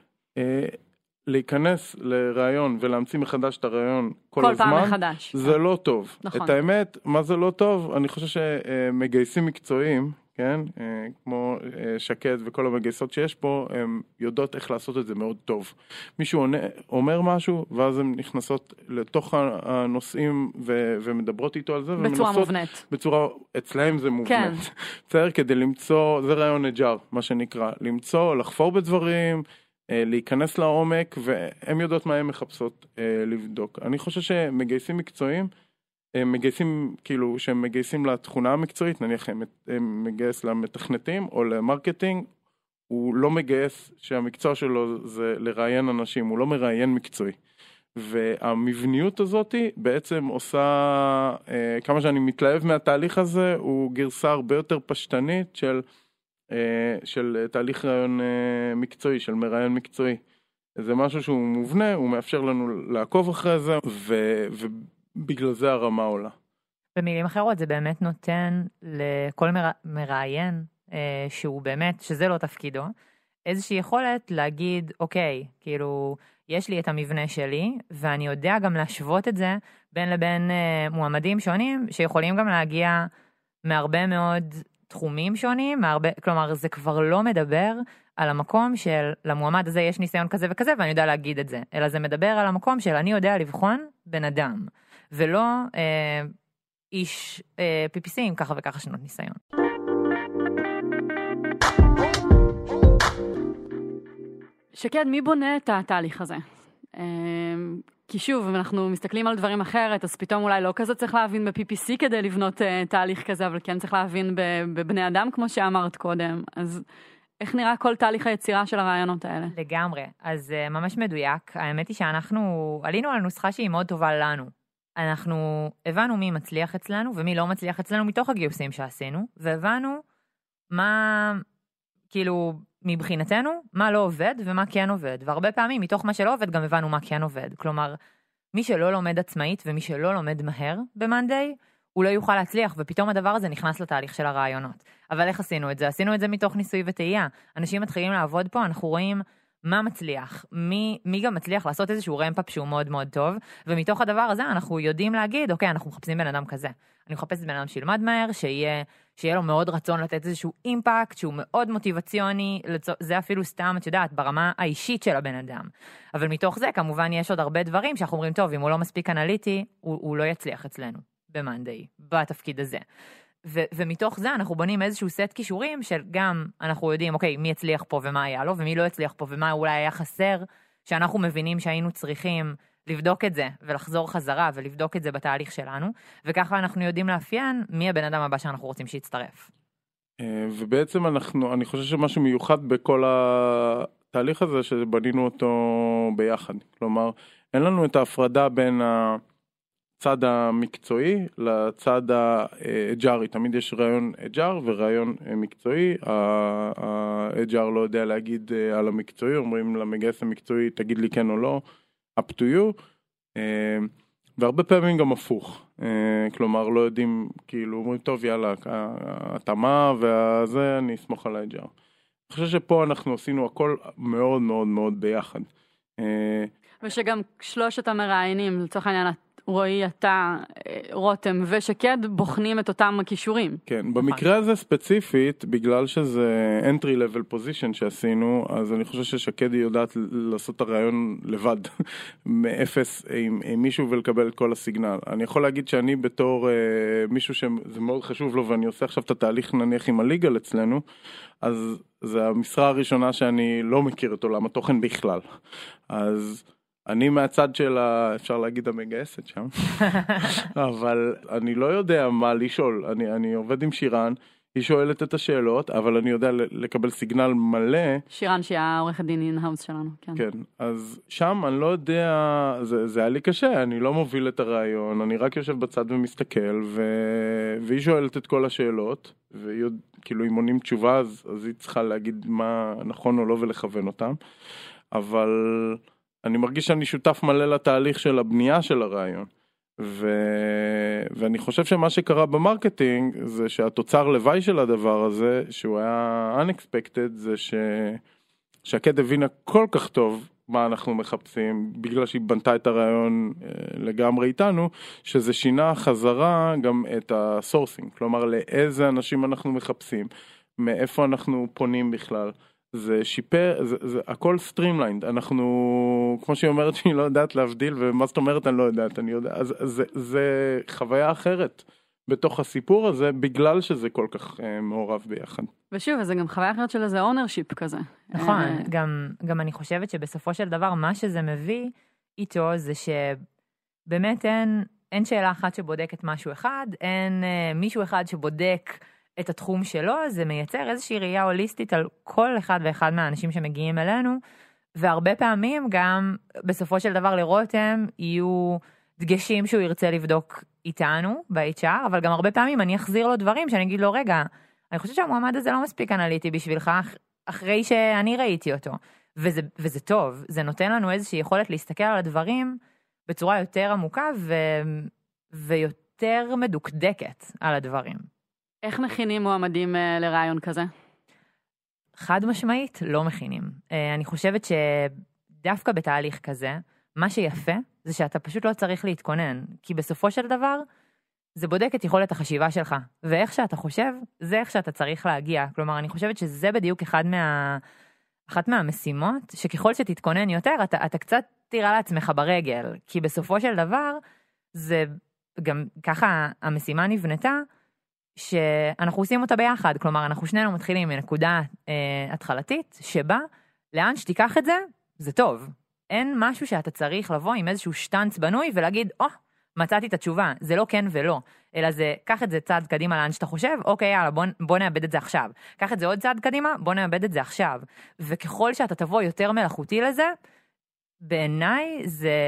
להיכנס לרעיון ולהמציא מחדש את הרעיון כל הזמן, פעם מחדש. זה לא טוב. נכון. את האמת, מה זה לא טוב? אני חושב שמגייסים מקצועיים, כן? כמו שקד וכל המגייסות שיש פה, הם יודעות איך לעשות את זה מאוד טוב. מישהו אומר משהו, ואז הן נכנסות לתוך הנושאים ומדברות איתו על זה. בצורה מובנית. אצלהם זה מובנית. כן. בסדר? כדי למצוא, זה רעיון אג'ר, מה שנקרא. למצוא, לחפור בדברים, להיכנס לעומק, והם יודעות מה הם מחפשות לבדוק. אני חושב שמגייסים מקצועיים, מגייסים, כאילו, שהם מגייסים לתכונה המקצועית, נניח הם מגייס למתכנתים או למרקטינג, הוא לא מגייס שהמקצוע שלו זה לראיין אנשים, הוא לא מראיין מקצועי. והמבניות הזאת בעצם עושה, כמה שאני מתלהב מהתהליך הזה, הוא גרסה הרבה יותר פשטנית של תהליך רעיון מקצועי, של מראיין מקצועי. זה משהו שהוא מובנה, הוא מאפשר לנו לעקוב אחרי זה, ובגלל זה הרמה עולה. במילים אחרות זה באמת נותן לכל מראיין, שהוא באמת, שזה לא תפקידו, איזושהי יכולת להגיד, אוקיי, כאילו, יש לי את המבנה שלי, ואני יודע גם להשוות את זה בין לבין מועמדים שונים, שיכולים גם להגיע מהרבה מאוד תחומים שונים, כלומר זה כבר לא מדבר על המקום של למועמד הזה יש ניסיון כזה וכזה ואני יודע להגיד את זה, אלא זה מדבר על המקום של אני יודע לבחון בן אדם, ולא איש PPC עם ככה וככה שנות ניסיון. שקד, מי בונה את התהליך הזה? כי שוב, אם אנחנו מסתכלים על דברים אחרת, אז פתאום אולי לא כזה צריך להבין ב-PPC כדי לבנות תהליך כזה, אבל כן צריך להבין בבני אדם, כמו שאמרת קודם. אז איך נראה כל תהליך היצירה של הרעיונות האלה? לגמרי. אז ממש מדויק. האמת היא שאנחנו עלינו על נוסחה שהיא מאוד טובה לנו. אנחנו הבנו מי מצליח אצלנו ומי לא מצליח אצלנו מתוך הגיוסים שעשינו, והבנו מה, כאילו, מבחינתנו, מה לא עובד ומה כן עובד. והרבה פעמים, מתוך מה שלא עובד, גם הבנו מה כן עובד. כלומר, מי שלא לומד עצמאית ומי שלא לומד מהר במאנדיי, הוא לא יוכל להצליח, ופתאום הדבר הזה נכנס לתהליך של הרעיונות. אבל איך עשינו את זה? עשינו את זה מתוך ניסוי וטעייה. אנשים מתחילים לעבוד פה, אנחנו רואים מה מצליח, מי גם מצליח לעשות איזשהו רמפ-אפ שהוא מאוד מאוד טוב, ומתוך הדבר הזה אנחנו יודעים להגיד, אוקיי, אנחנו מחפשים בן אדם כזה. אני מחפשת בן אדם שילמד מהר, שיהיה לו מאוד רצון לתת איזשהו אימפקט, שהוא מאוד מוטיבציוני, זה אפילו סתם, את יודעת, ברמה האישית של הבן אדם. אבל מתוך זה, כמובן, יש עוד הרבה דברים שאנחנו אומרים, טוב, אם הוא לא מספיק אנליטי, הוא לא יצליח אצלנו, במאנדיי, בתפקיד הזה. ומתוך זה אנחנו בונים איזשהו סט קישורים של גם אנחנו יודעים, אוקיי, מי הצליח פה ומה היה לו, ומי לא הצליח פה ומה אולי היה חסר, שאנחנו מבינים שהיינו צריכים לבדוק את זה ולחזור חזרה ולבדוק את זה בתהליך שלנו, וככה אנחנו יודעים לאפיין מי הבן אדם הבא שאנחנו רוצים שיצטרף. ובעצם אני חושב שמשהו מיוחד בכל התהליך הזה שבנינו אותו ביחד. כלומר, אין לנו את ההפרדה בין הצד המקצועי לצד האג'רי. תמיד יש רעיון אג'ר ורעיון מקצועי. האג'ר לא יודע להגיד על המקצועי, אומרים למגייס המקצועי, תגיד לי כן או לא, up to you. והרבה פעמים גם הפוך. כלומר, לא יודעים, כאילו, אומרים, טוב, יאללה, התאמה וזה, אני אסמוך על האג'ר. אני חושב שפה אנחנו עשינו הכל מאוד מאוד מאוד ביחד. ושגם שלושת המראיינים, לצורך העניין, רועי, אתה, רותם ושקד בוחנים את אותם הכישורים. כן, במקרה הזה ספציפית, בגלל שזה entry level position שעשינו, אז אני חושב ששקד היא יודעת לעשות את הרעיון לבד, מאפס עם מישהו ולקבל את כל הסיגנל. אני יכול להגיד שאני בתור מישהו שזה מאוד חשוב לו, ואני עושה עכשיו את התהליך נניח עם הליגל אצלנו, אז זה המשרה הראשונה שאני לא מכיר את עולם התוכן בכלל. אז אני מהצד של, אפשר להגיד המגייסת שם, אבל אני לא יודע מה לשאול. אני עובד עם שירן, היא שואלת את השאלות, אבל אני יודע לקבל סיגנל מלא. שירן שהיא העורכת דין אין-האוס שלנו, כן. כן, אז שם אני לא יודע, זה היה לי קשה, אני לא מוביל את הרעיון, אני רק יושב בצד ומסתכל, והיא שואלת את כל השאלות, וכאילו אם עונים תשובה, אז היא צריכה להגיד מה נכון או לא ולכוון אותם, אבל אני מרגיש שאני שותף מלא לתהליך של הבנייה של הרעיון. ואני חושב שמה שקרה במרקטינג זה שהתוצר לוואי של הדבר הזה, שהוא היה unexpected, זה שקד הבינה כל כך טוב מה אנחנו מחפשים, בגלל שהיא בנתה את הרעיון לגמרי איתנו, שזה שינה חזרה גם את הסורסינג, כלומר לאיזה אנשים אנחנו מחפשים, מאיפה אנחנו פונים בכלל. זה שיפר, זה הכל סטרימליינד, אנחנו, כמו שהיא אומרת שהיא לא יודעת להבדיל, ומה זאת אומרת אני לא יודעת, אני יודע, אז זה חוויה אחרת בתוך הסיפור הזה, בגלל שזה כל כך מעורב ביחד. ושוב, זה גם חוויה אחרת של איזה אונרשיפ כזה. נכון, גם אני חושבת שבסופו של דבר, מה שזה מביא איתו, זה שבאמת אין שאלה אחת שבודקת משהו אחד, אין מישהו אחד שבודק את התחום שלו, זה מייצר איזושהי ראייה הוליסטית על כל אחד ואחד מהאנשים שמגיעים אלינו, והרבה פעמים גם בסופו של דבר לרותם יהיו דגשים שהוא ירצה לבדוק איתנו ב-HR, אבל גם הרבה פעמים אני אחזיר לו דברים שאני אגיד לו, רגע, אני חושבת שהמועמד הזה לא מספיק אנליטי בשבילך, אחרי שאני ראיתי אותו. וזה טוב, זה נותן לנו איזושהי יכולת להסתכל על הדברים בצורה יותר עמוקה ויותר מדוקדקת על הדברים. איך מכינים מועמדים לרעיון כזה? חד משמעית, לא מכינים. אני חושבת שדווקא בתהליך כזה, מה שיפה זה שאתה פשוט לא צריך להתכונן, כי בסופו של דבר זה בודק את יכולת החשיבה שלך, ואיך שאתה חושב, זה איך שאתה צריך להגיע. כלומר, אני חושבת שזה בדיוק אחת מהמשימות, שככל שתתכונן יותר, אתה קצת תירה לעצמך ברגל, כי בסופו של דבר, זה גם ככה המשימה נבנתה, שאנחנו עושים אותה ביחד, כלומר, אנחנו שנינו מתחילים מנקודה התחלתית, שבה, לאן שתיקח את זה, זה טוב. אין משהו שאתה צריך לבוא עם איזשהו שטנץ בנוי, ולהגיד, מצאתי את התשובה, זה לא כן ולא, אלא זה, קח את זה צעד קדימה לאן שאתה חושב, אוקיי, יאללה, בוא נאבד את זה עכשיו. קח את זה עוד צעד קדימה, בוא נאבד את זה עכשיו. וככל שאתה תבוא יותר מלאכותי לזה, בעיניי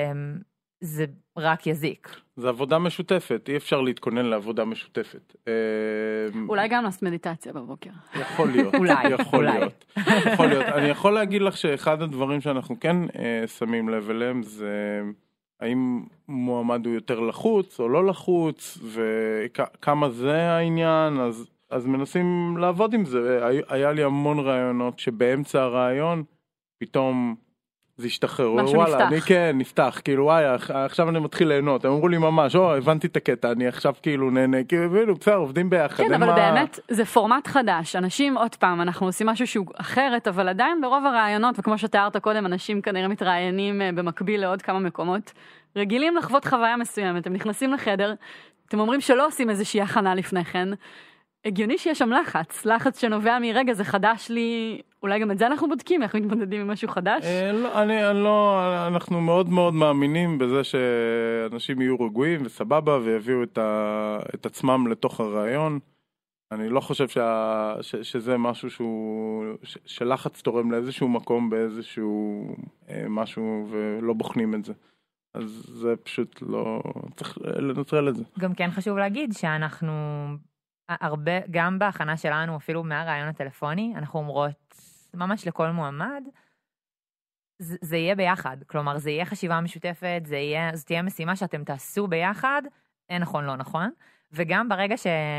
זה רק יזיק. זה עבודה משותפת, אי אפשר להתכונן לעבודה משותפת. אולי גם לעשות מדיטציה בבוקר. יכול להיות. יכול להיות. אני יכול להגיד לך שאחד הדברים שאנחנו כן שמים לב אליהם, זה האם מועמד הוא יותר לחוץ או לא לחוץ, וכמה זה העניין, אז מנסים לעבוד עם זה. היה לי המון רעיונות שבאמצע הרעיון, פתאום זה השתחרר, וואלה, אני כן, נפתח, כאילו, וואי, עכשיו אני מתחיל ליהנות, הם אמרו לי ממש, הבנתי את הקטע, אני עכשיו כאילו נהנה, כאילו, בסדר, עובדים ביחד. כן, אבל באמת, זה פורמט חדש, אנשים, עוד פעם, אנחנו עושים משהו שהוא אחרת, אבל עדיין ברוב הרעיונות, וכמו שתיארת קודם, אנשים כנראה מתראיינים במקביל לעוד כמה מקומות, רגילים לחוות חוויה מסוימת, הם נכנסים לחדר, אתם אומרים שלא עושים איזושהי הכנה לפני כן, הגיוני שיש שם לחץ שנובע מרגע, זה חדש לי, אולי גם את זה אנחנו בודקים, איך מתמודדים עם משהו חדש? אנחנו מאוד מאוד מאמינים בזה שאנשים יהיו רגועים וסבבה, ויביאו את עצמם לתוך הרעיון. אני לא חושב שזה משהו שלחץ תורם לאיזשהו מקום באיזשהו משהו, ולא בוחנים את זה. אז זה פשוט לא, צריך לנטרל את זה. גם כן חשוב להגיד שאנחנו הרבה, גם בהכנה שלנו, אפילו מהרעיון הטלפוני, אנחנו אומרות ממש לכל מועמד, זה יהיה ביחד. כלומר, זה יהיה חשיבה משותפת, זו תהיה משימה שאתם תעשו ביחד, אין נכון, לא נכון. וגם ברגע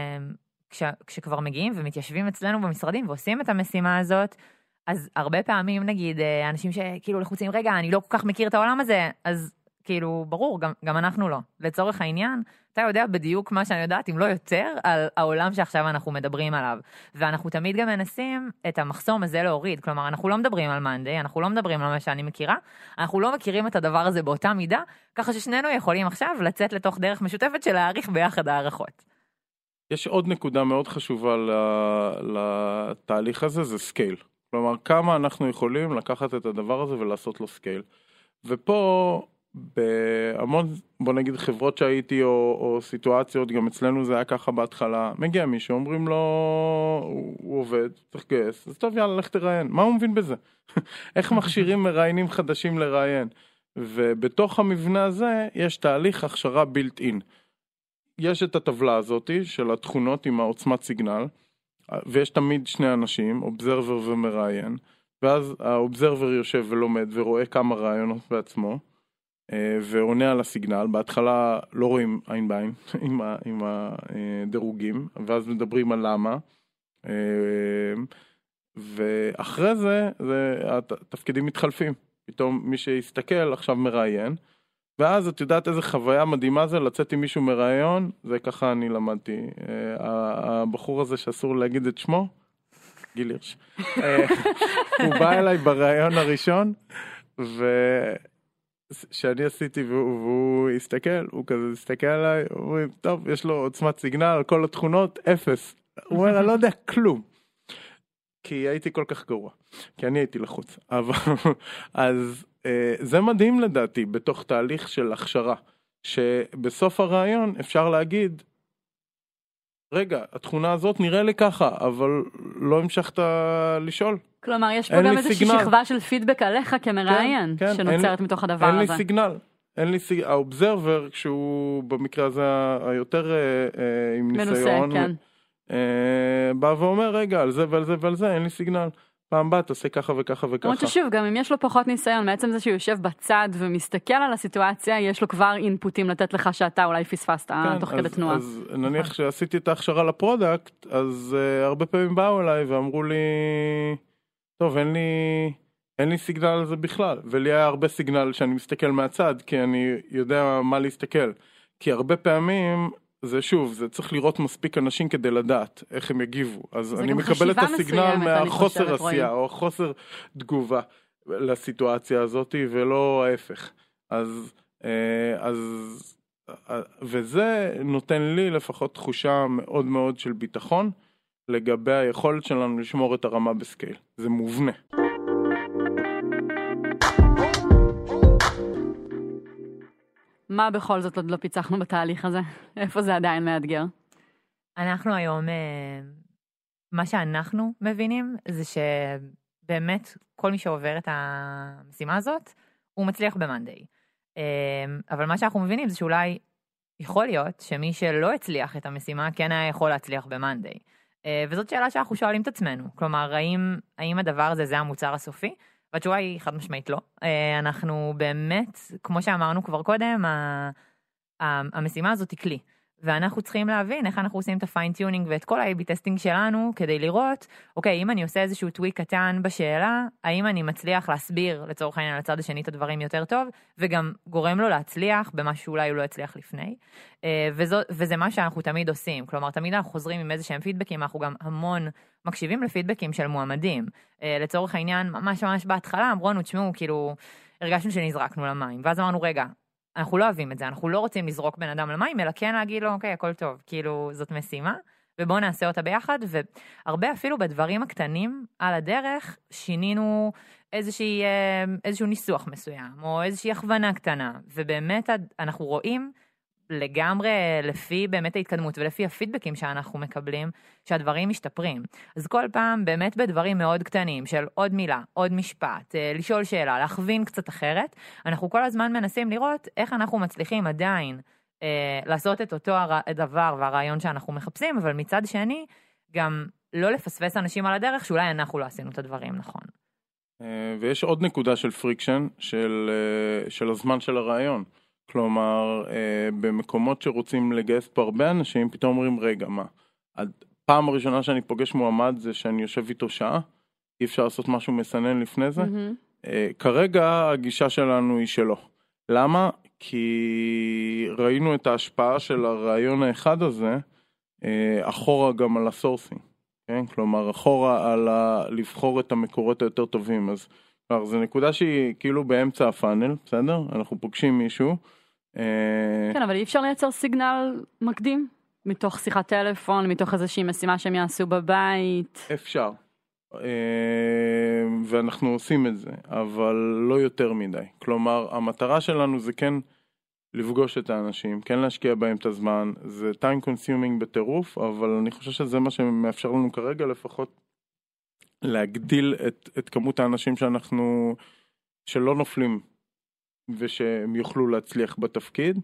כשכבר מגיעים ומתיישבים אצלנו במשרדים ועושים את המשימה הזאת, אז הרבה פעמים נגיד, אנשים שכאילו לחוצים, רגע, אני לא כל כך מכיר את העולם הזה, אז כאילו, ברור, גם אנחנו לא. לצורך העניין, אתה יודע בדיוק מה שאני יודעת, אם לא יותר, על העולם שעכשיו אנחנו מדברים עליו. ואנחנו תמיד גם מנסים את המחסום הזה להוריד. כלומר, אנחנו לא מדברים על מאנדיי, אנחנו לא מדברים על מה שאני מכירה, אנחנו לא מכירים את הדבר הזה באותה מידה, ככה ששנינו יכולים עכשיו לצאת לתוך דרך משותפת של להעריך ביחד הערכות. יש עוד נקודה מאוד חשובה לתהליך הזה, זה סקייל. כלומר, כמה אנחנו יכולים לקחת את הדבר הזה ולעשות לו סקייל. ופה, בהמון, בוא נגיד, חברות שהייתי או סיטואציות, גם אצלנו זה היה ככה בהתחלה, מגיע מישהו, אומרים לו, הוא עובד, צריך גייס, אז טוב, יאללה, לך תראיין. מה הוא מבין בזה? איך מכשירים מראיינים חדשים לראיין? ובתוך המבנה הזה, יש תהליך הכשרה built in. יש את הטבלה הזאת של התכונות עם העוצמת סיגנל, ויש תמיד שני אנשים, אובזרבר ומראיין, ואז האובזרבר יושב ולומד ורואה כמה רעיונות בעצמו, ועונה על הסיגנל. בהתחלה לא רואים עין בעין עם הדירוגים, ואז מדברים על למה, ואחרי זה התפקידים מתחלפים. פתאום מי שיסתכל עכשיו מראיין, ואז את יודעת איזה חוויה מדהימה זה לצאת עם מישהו מראיון, זה ככה אני למדתי. הבחור הזה שאסור להגיד את שמו, גיל הירש, הוא בא אליי בראיון הראשון, שאני עשיתי והוא הסתכל, הוא כזה הסתכל עליי, הוא אומר, טוב, יש לו עוצמת סיגנל, כל התכונות, 0. הוא אומר, אני לא יודע כלום. כי הייתי כל כך גרוע, כי אני הייתי לחוץ. אז זה מדהים לדעתי, בתוך תהליך של הכשרה, שבסוף הרעיון אפשר להגיד, רגע, התכונה הזאת נראה לי ככה, אבל לא המשכת לשאול. כלומר, יש פה גם איזושהי שכבה של פידבק עליך כמראיין, שנוצרת מתוך הדבר הזה. אין לי סיגנל. האובזרבר, כשהוא במקרה הזה היותר עם ניסיון, בא ואומר, רגע, על זה ועל זה ועל זה, אין לי סיגנל. פעם בא, תעשה ככה וככה וככה. למרות ששוב, גם אם יש לו פחות ניסיון, בעצם זה שהוא יושב בצד ומסתכל על הסיטואציה, יש לו כבר אינפוטים לתת לך שאתה אולי פספסת תוך כדי תנועה. אז נניח שעשיתי את ההכשרה לפרודקט, אז הרבה פעמים באו אליי ואמרו לי, טוב, אין לי סיגנל על זה בכלל. ולי היה הרבה סיגנל שאני מסתכל מהצד, כי אני יודע מה להסתכל. כי הרבה פעמים זה שוב, זה צריך לראות מספיק אנשים כדי לדעת איך הם יגיבו. אז אני מקבל את הסיגנל מהחוסר עשייה או חוסר תגובה לסיטואציה הזאת ולא ההפך. וזה נותן לי לפחות תחושה מאוד מאוד של ביטחון לגבי היכולת שלנו לשמור את הרמה בסקייל. זה מובנה. מה בכל זאת עוד לא פיצחנו בתהליך הזה? איפה זה עדיין מאתגר? אנחנו היום, מה שאנחנו מבינים זה שבאמת כל מי שעובר את המשימה הזאת, הוא מצליח במאנדיי. אבל מה שאנחנו מבינים זה שאולי יכול להיות שמי שלא הצליח את המשימה כן היה יכול להצליח במאנדיי. וזאת שאלה שאנחנו שואלים את עצמנו. כלומר, האם הדבר הזה זה המוצר הסופי? והתשובה היא חד משמעית לא. אנחנו באמת, כמו שאמרנו כבר קודם, המשימה הזאת היא כלי. ואנחנו צריכים להבין איך אנחנו עושים את הפיינטיונינג ואת כל ה-A/B טסטינג שלנו, כדי לראות, אוקיי, אם אני עושה איזשהו טוויק קטן בשאלה, האם אני מצליח להסביר לצורך העניין לצד השני את הדברים יותר טוב, וגם גורם לו להצליח במה שאולי הוא לא הצליח לפני. וזה מה שאנחנו תמיד עושים. כלומר, תמיד אנחנו חוזרים עם איזשהם פידבקים, אנחנו גם המון מקשיבים לפידבקים של מועמדים. לצורך העניין, ממש בהתחלה, אמרו לנו, תשמעו, כאילו, הרגשנו שנזרקנו למים. ואז אמרנו, רגע, אנחנו לא אוהבים את זה, אנחנו לא רוצים לזרוק בן אדם למים, אלא כן להגיד לו, אוקיי, הכל טוב, כאילו, זאת משימה, ובואו נעשה אותה ביחד, והרבה אפילו בדברים הקטנים על הדרך, שינינו איזשהו ניסוח מסוים, או איזושהי הכוונה קטנה, ובאמת אנחנו רואים לגמרי לפי באמת ההתקדמות, ולפי הפידבקים שאנחנו מקבלים, שהדברים משתפרים. אז כל פעם באמת בדברים מאוד קטנים, של עוד מילה, עוד משפט, לשאול שאלה, להכווין קצת אחרת, אנחנו כל הזמן מנסים לראות איך אנחנו מצליחים עדיין לעשות את אותו הדבר והרעיון שאנחנו מחפשים, אבל מצד שני, גם לא לפספס אנשים על הדרך, שאולי אנחנו לא עשינו את הדברים נכון. ויש עוד נקודה של פריקשן, של הזמן של הרעיון. כלומר, במקומות שרוצים לגייס פה הרבה אנשים, פתאום אומרים, רגע, מה? הפעם הראשונה שאני פוגש מועמד זה שאני יושב איתו שעה, אי אפשר לעשות משהו מסנן לפני זה. כרגע הגישה שלנו היא שלא. למה? כי ראינו את ההשפעה של הרעיון האחד הזה, אחורה גם על הסורסינג, כן? כלומר, אחורה על לבחור את המקורות היותר טובים. אז זו נקודה שהיא כאילו באמצע הפאנל, בסדר? אנחנו פוגשים מישהו. כן, אבל אי אפשר לייצר סיגנל מקדים? מתוך שיחת טלפון, מתוך איזושהי משימה שהם יעשו בבית? אפשר. ואנחנו עושים את זה, אבל לא יותר מדי. כלומר, המטרה שלנו זה כן לפגוש את האנשים, כן להשקיע בהם את הזמן, זה time consuming בטירוף, אבל אני חושב שזה מה שמאפשר לנו כרגע לפחות להגדיל את כמות האנשים שלא נופלים ושהם יוכלו להצליח בתפקיד.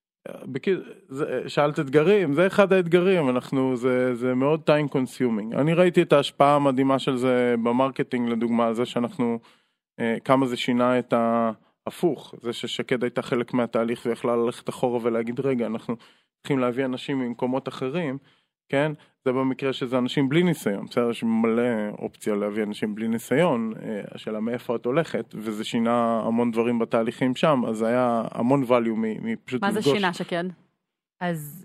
שאלת אתגרים, זה אחד האתגרים, זה מאוד time consuming. אני ראיתי את ההשפעה המדהימה של זה במרקטינג, לדוגמה, על זה שאנחנו, כמה זה שינה את ההפוך, זה ששקד הייתה חלק מהתהליך ויכלה ללכת אחורה ולהגיד, רגע, אנחנו צריכים להביא אנשים ממקומות אחרים, כן? זה במקרה שזה אנשים בלי ניסיון, בסדר, יש מלא אופציה להביא אנשים בלי ניסיון, השאלה מאיפה את הולכת, וזה שינה המון דברים בתהליכים שם, אז היה המון value מפשוט לפגוש. מה זה שינה, שקד? אז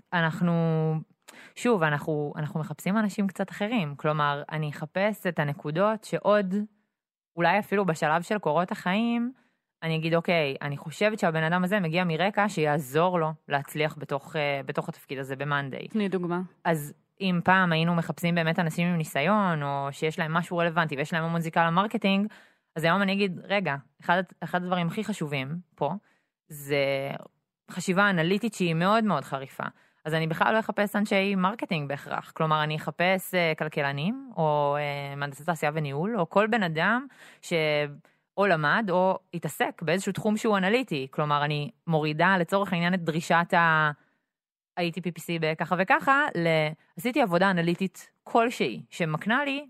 אנחנו מחפשים אנשים קצת אחרים, כלומר, אני אחפש את הנקודות שעוד, אולי אפילו בשלב של קורות החיים, אני אגיד, אוקיי, אני חושבת שהבן אדם הזה מגיע מרקע שיעזור לו להצליח בתוך התפקיד הזה במאנדיי. תני דוגמה. אז אם פעם היינו מחפשים באמת אנשים עם ניסיון, או שיש להם משהו רלוונטי, ויש להם המון זיקה למרקטינג, אז היום אני אגיד, רגע, אחד הדברים הכי חשובים פה, זה חשיבה אנליטית שהיא מאוד מאוד חריפה. אז אני בכלל לא אחפש אנשי מרקטינג בהכרח. כלומר, אני אחפש כלכלנים, או מהנדסי תעשייה וניהול, או כל בן אדם או למד, או התעסק באיזשהו תחום שהוא אנליטי. כלומר, אני מורידה לצורך העניין את דרישת הייתי PPC בככה וככה, עשיתי עבודה אנליטית כלשהי, שמקנה לי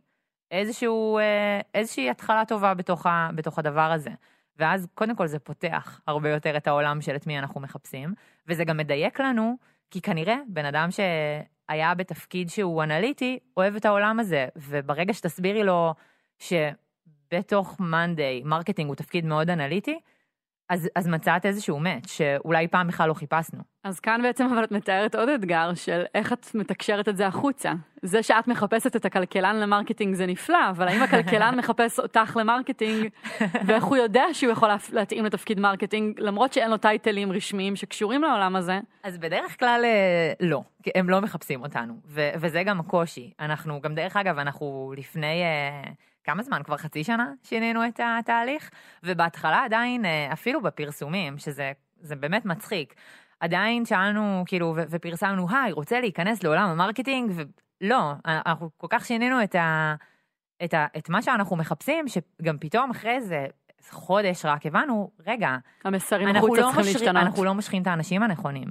איזושהי התחלה טובה בתוך הדבר הזה. ואז קודם כל זה פותח הרבה יותר את העולם של את מי אנחנו מחפשים, וזה גם מדייק לנו, כי כנראה בן אדם שהיה בתפקיד שהוא אנליטי, אוהב את העולם הזה, וברגע שתסבירי לו שבתוך מאנדיי, מרקטינג הוא תפקיד מאוד אנליטי, אז מצאת איזשהו מאץ' שאולי פעם בכלל לא חיפשנו. אז כאן בעצם אבל את מתארת עוד אתגר של איך את מתקשרת את זה החוצה. זה שאת מחפשת את הכלכלן למרקטינג זה נפלא, אבל האם הכלכלן מחפש אותך למרקטינג, ואיך הוא יודע שהוא יכול להתאים לתפקיד מרקטינג, למרות שאין לו טייטלים רשמיים שקשורים לעולם הזה? אז בדרך כלל לא, כי הם לא מחפשים אותנו, וזה גם הקושי. אנחנו גם דרך אגב, אנחנו לפני כמה זמן, כבר חצי שנה שינינו את התהליך, ובהתחלה עדיין, אפילו בפרסומים, שזה באמת מצחיק, עדיין שאלנו, כאילו, ופרסמנו, רוצה להיכנס לעולם המרקטינג, ולא, אנחנו כל כך שינינו את מה שאנחנו מחפשים, שגם פתאום אחרי איזה חודש רק הבנו, רגע, המסרים החוצה צריכים להשתנות. אנחנו לא משכים את האנשים הנכונים.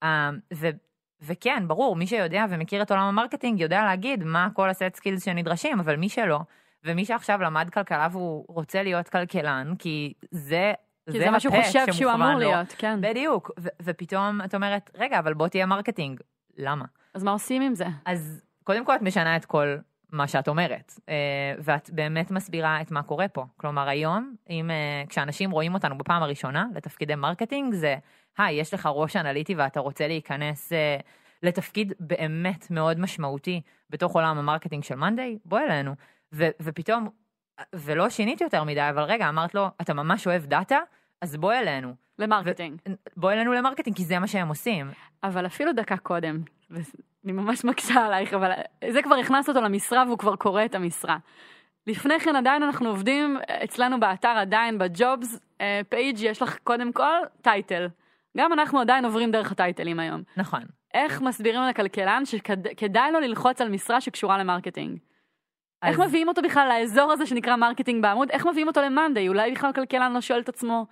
וכן, ברור, מי שיודע ומכיר את עולם המרקטינג, יודע להגיד מה כל הסט סקילס שנדרשים, אבל מי שלא, ומי שעכשיו למד כלכלה והוא רוצה להיות כלכלן, כי זה מה שהוא חושב שהוא אמור להיות, כן. בדיוק, ופתאום את אומרת, רגע, אבל בוא תהיה מרקטינג. למה? אז מה עושים עם זה? אז קודם כל את משנה את כל מה שאת אומרת, ואת באמת מסבירה את מה קורה פה. כלומר, היום, כשאנשים רואים אותנו בפעם הראשונה לתפקידי מרקטינג, זה, יש לך ראש אנליטי ואתה רוצה להיכנס לתפקיד באמת מאוד משמעותי בתוך עולם המרקטינג של מאנדיי, בוא אלינו. ופתאום, ולא שיניתי יותר מדי, אבל רגע, אמרת לו, אתה ממש אוהב דאטה, אז בוא אלינו. למרקטינג. בוא אלינו למרקטינג, כי זה מה שהם עושים. אבל אפילו דקה קודם, אני ממש מקשה עלייך, אבל זה כבר הכנס אותו למשרה, והוא כבר קורא את המשרה. לפני כן עדיין אנחנו עובדים, אצלנו באתר עדיין, בג'ובס, פייג' יש לך קודם כל טייטל. גם אנחנו עדיין עוברים דרך הטייטלים היום. נכון. איך מסבירים לכלכלן שכדאי לו ללחוץ על משרה שקשורה למרקטינג? איך מביאים אותו בכלל לאזור הזה שנקרא מרקטינג בעמוד? איך מביאים אותו למאנדיי? אולי בכלל כלכלן לא שואל את עצמו,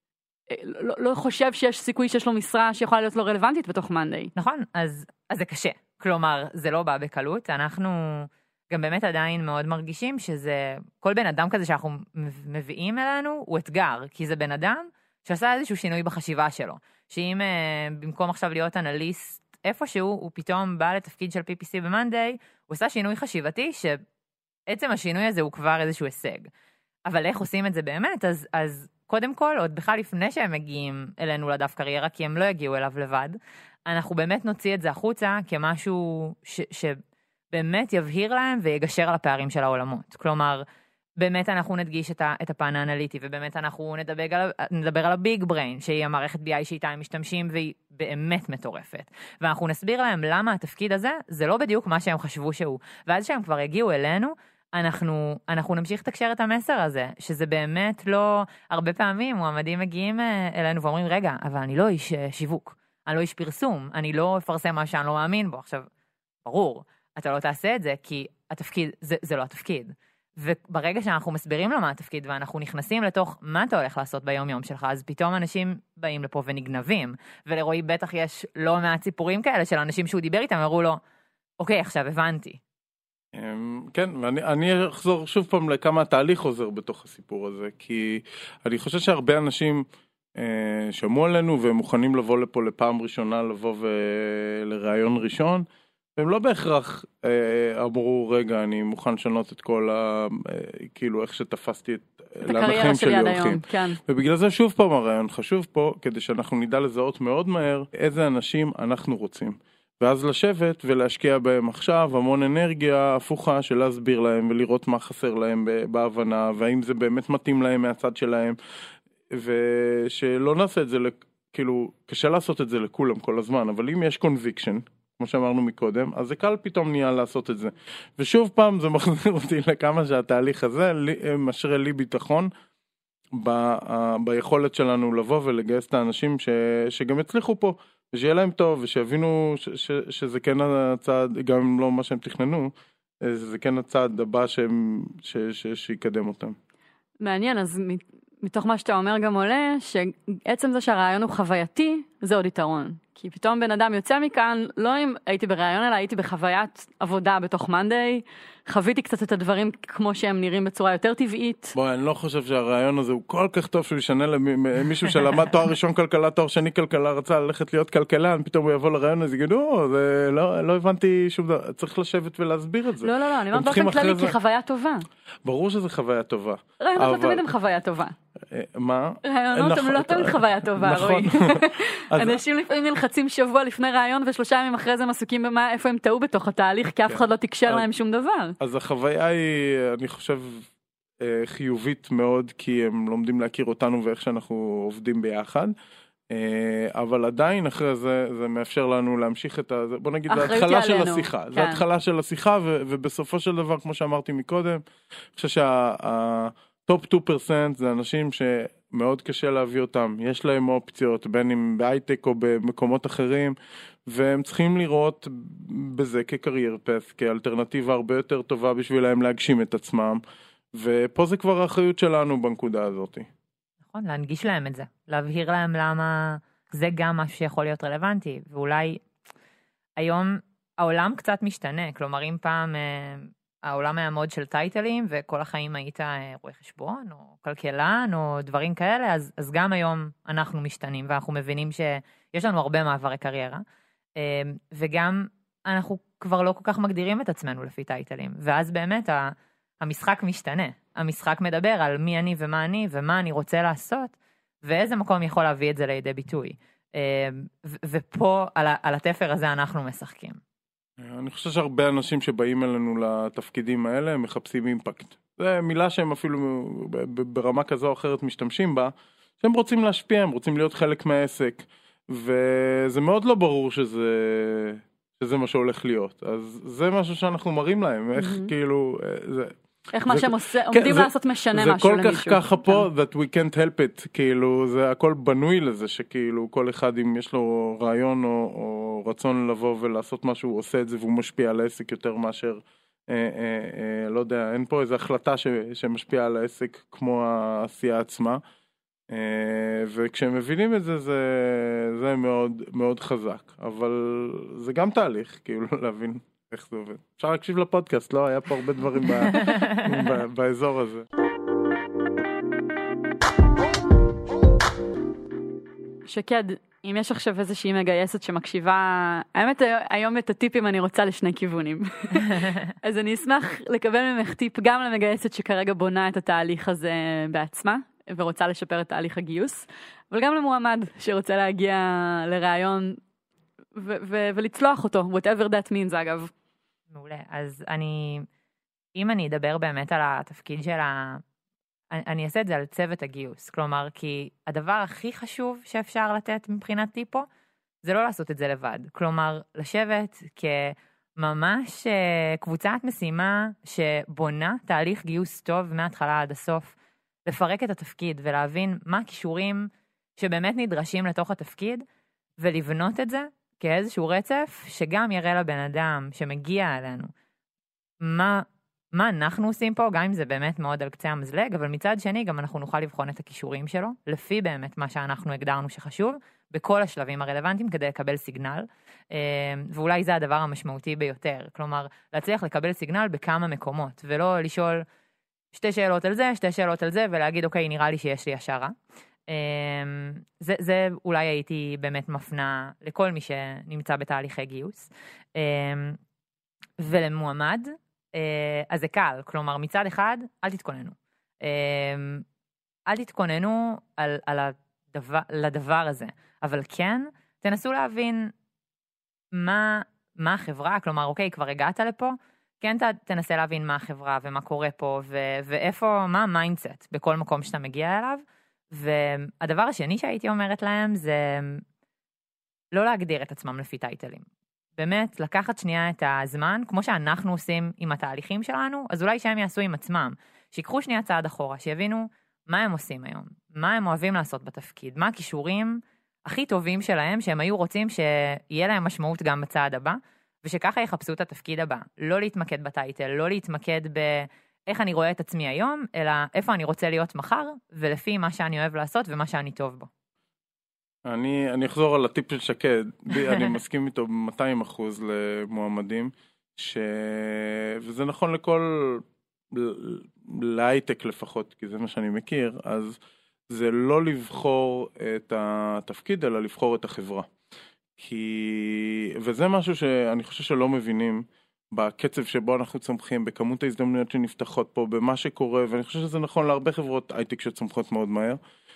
לא חושב שיש סיכוי שיש לו משרה שיכולה להיות לו רלוונטית בתוך מאנדיי. נכון, אז זה קשה. כלומר, זה לא בא בקלות. אנחנו גם באמת עדיין מאוד מרגישים שזה, כל בן אדם כזה שאנחנו מביאים אלינו הוא אתגר, כי זה בן אדם שעשה איזשהו שינוי בחשיבה שלו. שאם במקום עכשיו להיות אנליסט איפשהו, הוא פתאום בא לתפקיד של PPC במאנדיי, הוא עושה שינוי חשיבתי עצם השינוי הזה הוא כבר איזשהו הישג. אבל איך עושים את זה באמת? אז קודם כל, עוד בכלל לפני שהם מגיעים אלינו לדף קריירה, כי הם לא יגיעו אליו לבד, אנחנו באמת נוציא את זה החוצה כמשהו שבאמת יבהיר להם ויגשר על הפערים של העולמות. כלומר, באמת אנחנו נדגיש את הפן האנליטי, ובאמת אנחנו נדבר על הביג בריין, שהיא המערכת BI שאיתה הם משתמשים, והיא באמת מטורפת. ואנחנו נסביר להם למה התפקיד הזה, זה לא בדיוק מה שהם חשבו שהוא. ואז שהם כבר הגיעו אלינו, אנחנו נמשיך לתקשר את המסר הזה, שזה באמת לא, הרבה פעמים מועמדים מגיעים אלינו ואומרים, רגע, אבל אני לא איש שיווק, אני לא איש פרסום, אני לא אפרסם מה שאני לא מאמין בו. עכשיו, ברור, אתה לא תעשה את זה, כי התפקיד, זה לא התפקיד. וברגע שאנחנו מסבירים לו מה התפקיד, ואנחנו נכנסים לתוך מה אתה הולך לעשות ביום יום שלך, אז פתאום אנשים באים לפה ונגנבים, ולרועי בטח יש לא מעט סיפורים כאלה של אנשים שהוא דיבר איתם, ואמרו לו, אוקיי, עכשיו הבנתי. כן, ואני אחזור שוב פעם לכמה התהליך עוזר בתוך הסיפור הזה, כי אני חושב שהרבה אנשים שמעו עלינו והם מוכנים לבוא לפה לפעם ראשונה, לבוא לראיון ראשון, והם לא בהכרח אמרו, רגע, אני מוכן לשנות את כל כאילו איך שתפסתי את הקריירה שלי עד היום, כן. ובגלל זה שוב פעם הרעיון חשוב פה, כדי שאנחנו נדע לזהות מאוד מהר איזה אנשים אנחנו רוצים. ואז לשבת ולהשקיע בהם עכשיו המון אנרגיה הפוכה של להסביר להם ולראות מה חסר להם בהבנה, והאם זה באמת מתאים להם מהצד שלהם, ושלא נעשה את זה, כאילו, קשה לעשות את זה לכולם כל הזמן, אבל אם יש conviction, כמו שאמרנו מקודם, אז זה קל פתאום נהיה לעשות את זה. ושוב פעם זה מחזיר אותי לכמה שהתהליך הזה משרה לי ביטחון ביכולת שלנו לבוא ולגייס את האנשים שגם הצליחו פה, ושיהיה להם טוב, ושיבינו שזה כן הצעד, גם אם לא מה שהם תכננו, זה כן הצעד הבא שיקדם אותם. מעניין, אז מתוך מה שאתה אומר גם עולה, שעצם זה שהרעיון הוא חווייתי, זה עוד יתרון. כי פתאום בן אדם יוצא מכאן, לא אם הייתי ברעיון, אלא הייתי בחוויית עבודה בתוך מנדי, חוויתי קצת את הדברים כמו שהם נראים בצורה יותר טבעית. בואי, אני לא חושב שהרעיון הזה הוא כל כך טוב שהוא ישנה למישהו שלמד תואר ראשון כלכלה, תואר שני כלכלה, רצה ללכת להיות כלכלן, פתאום הוא יבוא לרעיון הזה, יגיד, לא הבנתי שום דבר, צריך לשבת ולהסביר את זה. לא, אני אומרת באופן כללי כחוויה טובה. ברור שזה חוויה טובה. רעיונות לא תמיד הם חוויה טובה. מה? רעיונות הם לא תמיד חוויה טובה, רואי. אנשים לפעמים נלחצים שבוע לפני רעיון ו3 ימים אחרי זה עסוקים במה, איפה הם טעו בתוך התהליך, כי אף אחד לא תקשר להם שום דבר. אז החוויה היא, אני חושב, חיובית מאוד, כי הם לומדים להכיר אותנו ואיך שאנחנו עובדים ביחד. אבל עדיין אחרי זה, זה מאפשר לנו להמשיך את זה, בוא נגיד, זה התחלה של השיחה. זה התחלה של השיחה, ובסופו של דבר, כמו שאמרתי מקודם, אני חושב טופ 2% זה אנשים שמאוד קשה להביא אותם, יש להם אופציות, בין אם בהייטק או במקומות אחרים, והם צריכים לראות בזה כקרייר פס, כאלטרנטיבה הרבה יותר טובה בשבילהם להגשים את עצמם, ופה זה כבר האחריות שלנו בנקודה הזאת. נכון, להנגיש להם את זה, להבהיר להם למה זה גם משהו שיכול להיות רלוונטי, ואולי היום העולם קצת משתנה, כלומר אם פעם העולם היה מאוד של טייטלים, וכל החיים היית רואה חשבון, או כלכלן, או דברים כאלה, אז גם היום אנחנו משתנים, ואנחנו מבינים שיש לנו הרבה מעברי קריירה, וגם אנחנו כבר לא כל כך מגדירים את עצמנו לפי טייטלים, ואז באמת המשחק משתנה, המשחק מדבר על מי אני ומה אני רוצה לעשות, ואיזה מקום יכול להביא את זה לידי ביטוי. ופה על התפר הזה אנחנו משחקים. אני חושב שהרבה אנשים שבאים אלינו לתפקידים האלה, הם מחפשים אימפקט. זו מילה שהם אפילו ברמה כזו או אחרת משתמשים בה, שהם רוצים להשפיע, הם רוצים להיות חלק מהעסק, וזה מאוד לא ברור שזה מה שהולך להיות. אז זה משהו שאנחנו מראים להם, איך כאילו, איך מה שהם עומדים לעשות משנה משהו למישהו. זה כל כך ככה פה, that we can't help it, כאילו, זה הכל בנוי לזה, שכאילו, כל אחד אם יש לו רעיון או רצון לבוא ולעשות משהו, הוא עושה את זה והוא משפיע על העסק יותר מאשר, לא יודע, אין פה איזו החלטה שמשפיעה על העסק כמו העשייה עצמה, וכשהם מבינים את זה, זה מאוד, מאוד חזק, אבל זה גם תהליך, כאילו, להבין איך זה עובד. אפשר להקשיב לפודקאסט, לא? היה פה הרבה דברים באזור הזה. שקד, אם יש עכשיו איזושהי מגייסת שמקשיבה, האמת היום את הטיפים אני רוצה לשני כיוונים. אז אני אשמח לקבל ממך טיפ גם למגייסת שכרגע בונה את התהליך הזה בעצמה, ורוצה לשפר את תהליך הגיוס, אבל גם למועמד שרוצה להגיע לרעיון ולצלוח אותו, whatever that means אגב. מעולה. אז אם אני אדבר באמת על התפקיד של אני אעשה את זה על צוות הגיוס, כלומר, כי הדבר הכי חשוב שאפשר לתת מבחינתי פה, זה לא לעשות את זה לבד. כלומר, לשבת כממש קבוצת משימה שבונה תהליך גיוס טוב מההתחלה עד הסוף, לפרק את התפקיד ולהבין מה הכישורים שבאמת נדרשים לתוך התפקיד, ולבנות את זה כאיזשהו רצף שגם יראה לבן אדם שמגיע אלינו מה אנחנו עושים פה, גם אם זה באמת מאוד על קצה המזלג, אבל מצד שני גם אנחנו נוכל לבחון את הכישורים שלו, לפי באמת מה שאנחנו הגדרנו שחשוב, בכל השלבים הרלוונטיים כדי לקבל סיגנל, ואולי זה הדבר המשמעותי ביותר, כלומר, להצליח לקבל סיגנל בכמה מקומות, ולא לשאול 2 שאלות על זה, 2 שאלות על זה, ולהגיד, אוקיי, נראה לי שיש לי השערה. זה אולי הייתי באמת מפנה לכל מי שנמצא בתהליכי גיוס. ולמועמד, אז זה קל, כלומר מצד אחד, אל תתכוננו. אל תתכוננו לדבר הזה, אבל כן, תנסו להבין מה החברה, כלומר, אוקיי, כבר הגעת לפה, כן תנסה להבין מה החברה ומה קורה פה, ואיפה, מה המיינדסט בכל מקום שאתה מגיע אליו, והדבר השני שהייתי אומרת להם זה לא להגדיר את עצמם לפי טייטלים. באמת, לקחת שנייה את הזמן, כמו שאנחנו עושים עם התהליכים שלנו, אז אולי שהם יעשו עם עצמם, שיקחו שנייה צעד אחורה, שיבינו מה הם עושים היום, מה הם אוהבים לעשות בתפקיד, מה הכישורים הכי טובים שלהם, שהם היו רוצים שיהיה להם משמעות גם בצעד הבא, ושככה יחפשו את התפקיד הבא. לא להתמקד בטייטל, לא להתמקד באיך אני רואה את עצמי היום, אלא איפה אני רוצה להיות מחר, ולפי מה שאני אוהב לעשות ומה שאני טוב בו. אני אחזור על הטיפ של שקד, אני מסכים איתו 200% למועמדים, וזה נכון להייטק לפחות, כי זה מה שאני מכיר, אז זה לא לבחור את התפקיד, אלא לבחור את החברה. וזה משהו שאני חושב שלא מבינים, בקצב שבו אנחנו צומחים, בכמות ההזדמנויות שנפתחות פה, במה שקורה, ואני חושב שזה נכון להרבה חברות הייטק שצומחות מאוד מהר,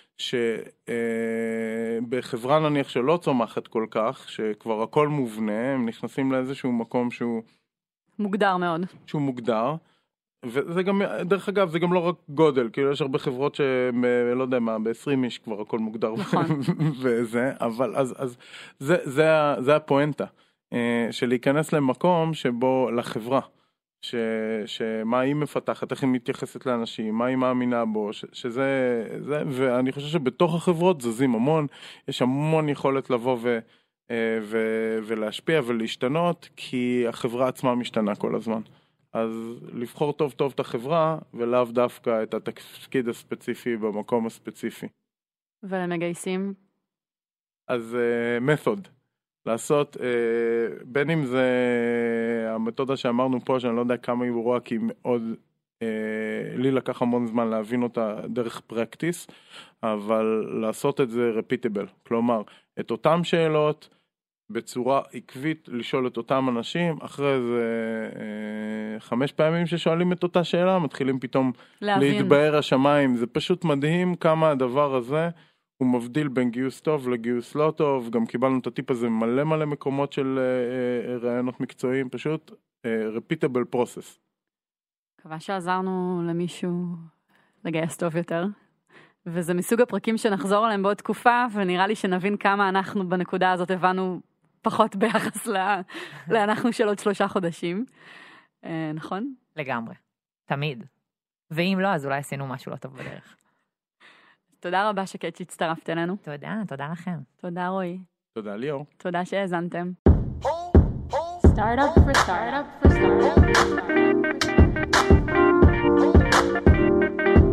שבחברה נניח שלא צומחת כל כך, שכבר הכל מובנה, הם נכנסים לאיזשהו מקום שהוא מוגדר מאוד. שהוא מוגדר, וזה גם, דרך אגב, זה גם לא רק גודל, כאילו יש הרבה חברות שלא יודע מה, ב-20 איש כבר הכל מוגדר, נכון. וזה, אבל אז זה הפואנטה, של להיכנס למקום שבו לחברה, שמה היא מפתחת, איך היא מתייחסת לאנשים, מה היא מאמינה בו, שזה, ואני חושב שבתוך החברות זזים המון, יש המון יכולת לבוא ולהשפיע ולהשתנות, כי החברה עצמה משתנה כל הזמן. אז לבחור טוב טוב את החברה, ולאו דווקא את התפקיד הספציפי במקום הספציפי. ולמגייסים? אז מתוד. לעשות, בין אם זה המתודה שאמרנו פה, שאני לא יודע כמה היא ברורה, כי מאוד, לי לקח המון זמן להבין אותה דרך פרקטיס, אבל לעשות את זה repeatable. כלומר, את אותם שאלות, בצורה עקבית לשאול את אותם אנשים, אחרי זה 5 פעמים ששואלים את אותה שאלה, מתחילים פתאום להתבהר השמיים. זה פשוט מדהים כמה הדבר הזה הוא מבדיל בין גיוס טוב לגיוס לא טוב. גם קיבלנו את הטיפ הזה מלא מקומות של רעיונות מקצועיים, פשוט repeatable process. מקווה שעזרנו למישהו לגייס טוב יותר. וזה מסוג הפרקים שנחזור עליהם בעוד תקופה, ונראה לי שנבין כמה אנחנו בנקודה הזאת הבנו פחות ביחס לאנחנו של עוד 3 חודשים. נכון? לגמרי. תמיד. ואם לא, אז אולי עשינו משהו לא טוב בדרך. תודה רבה שקט שהצטרפת אלינו. תודה לכם. תודה רועי. תודה ליאור. תודה שהאזנתם. Startup for startup for startup.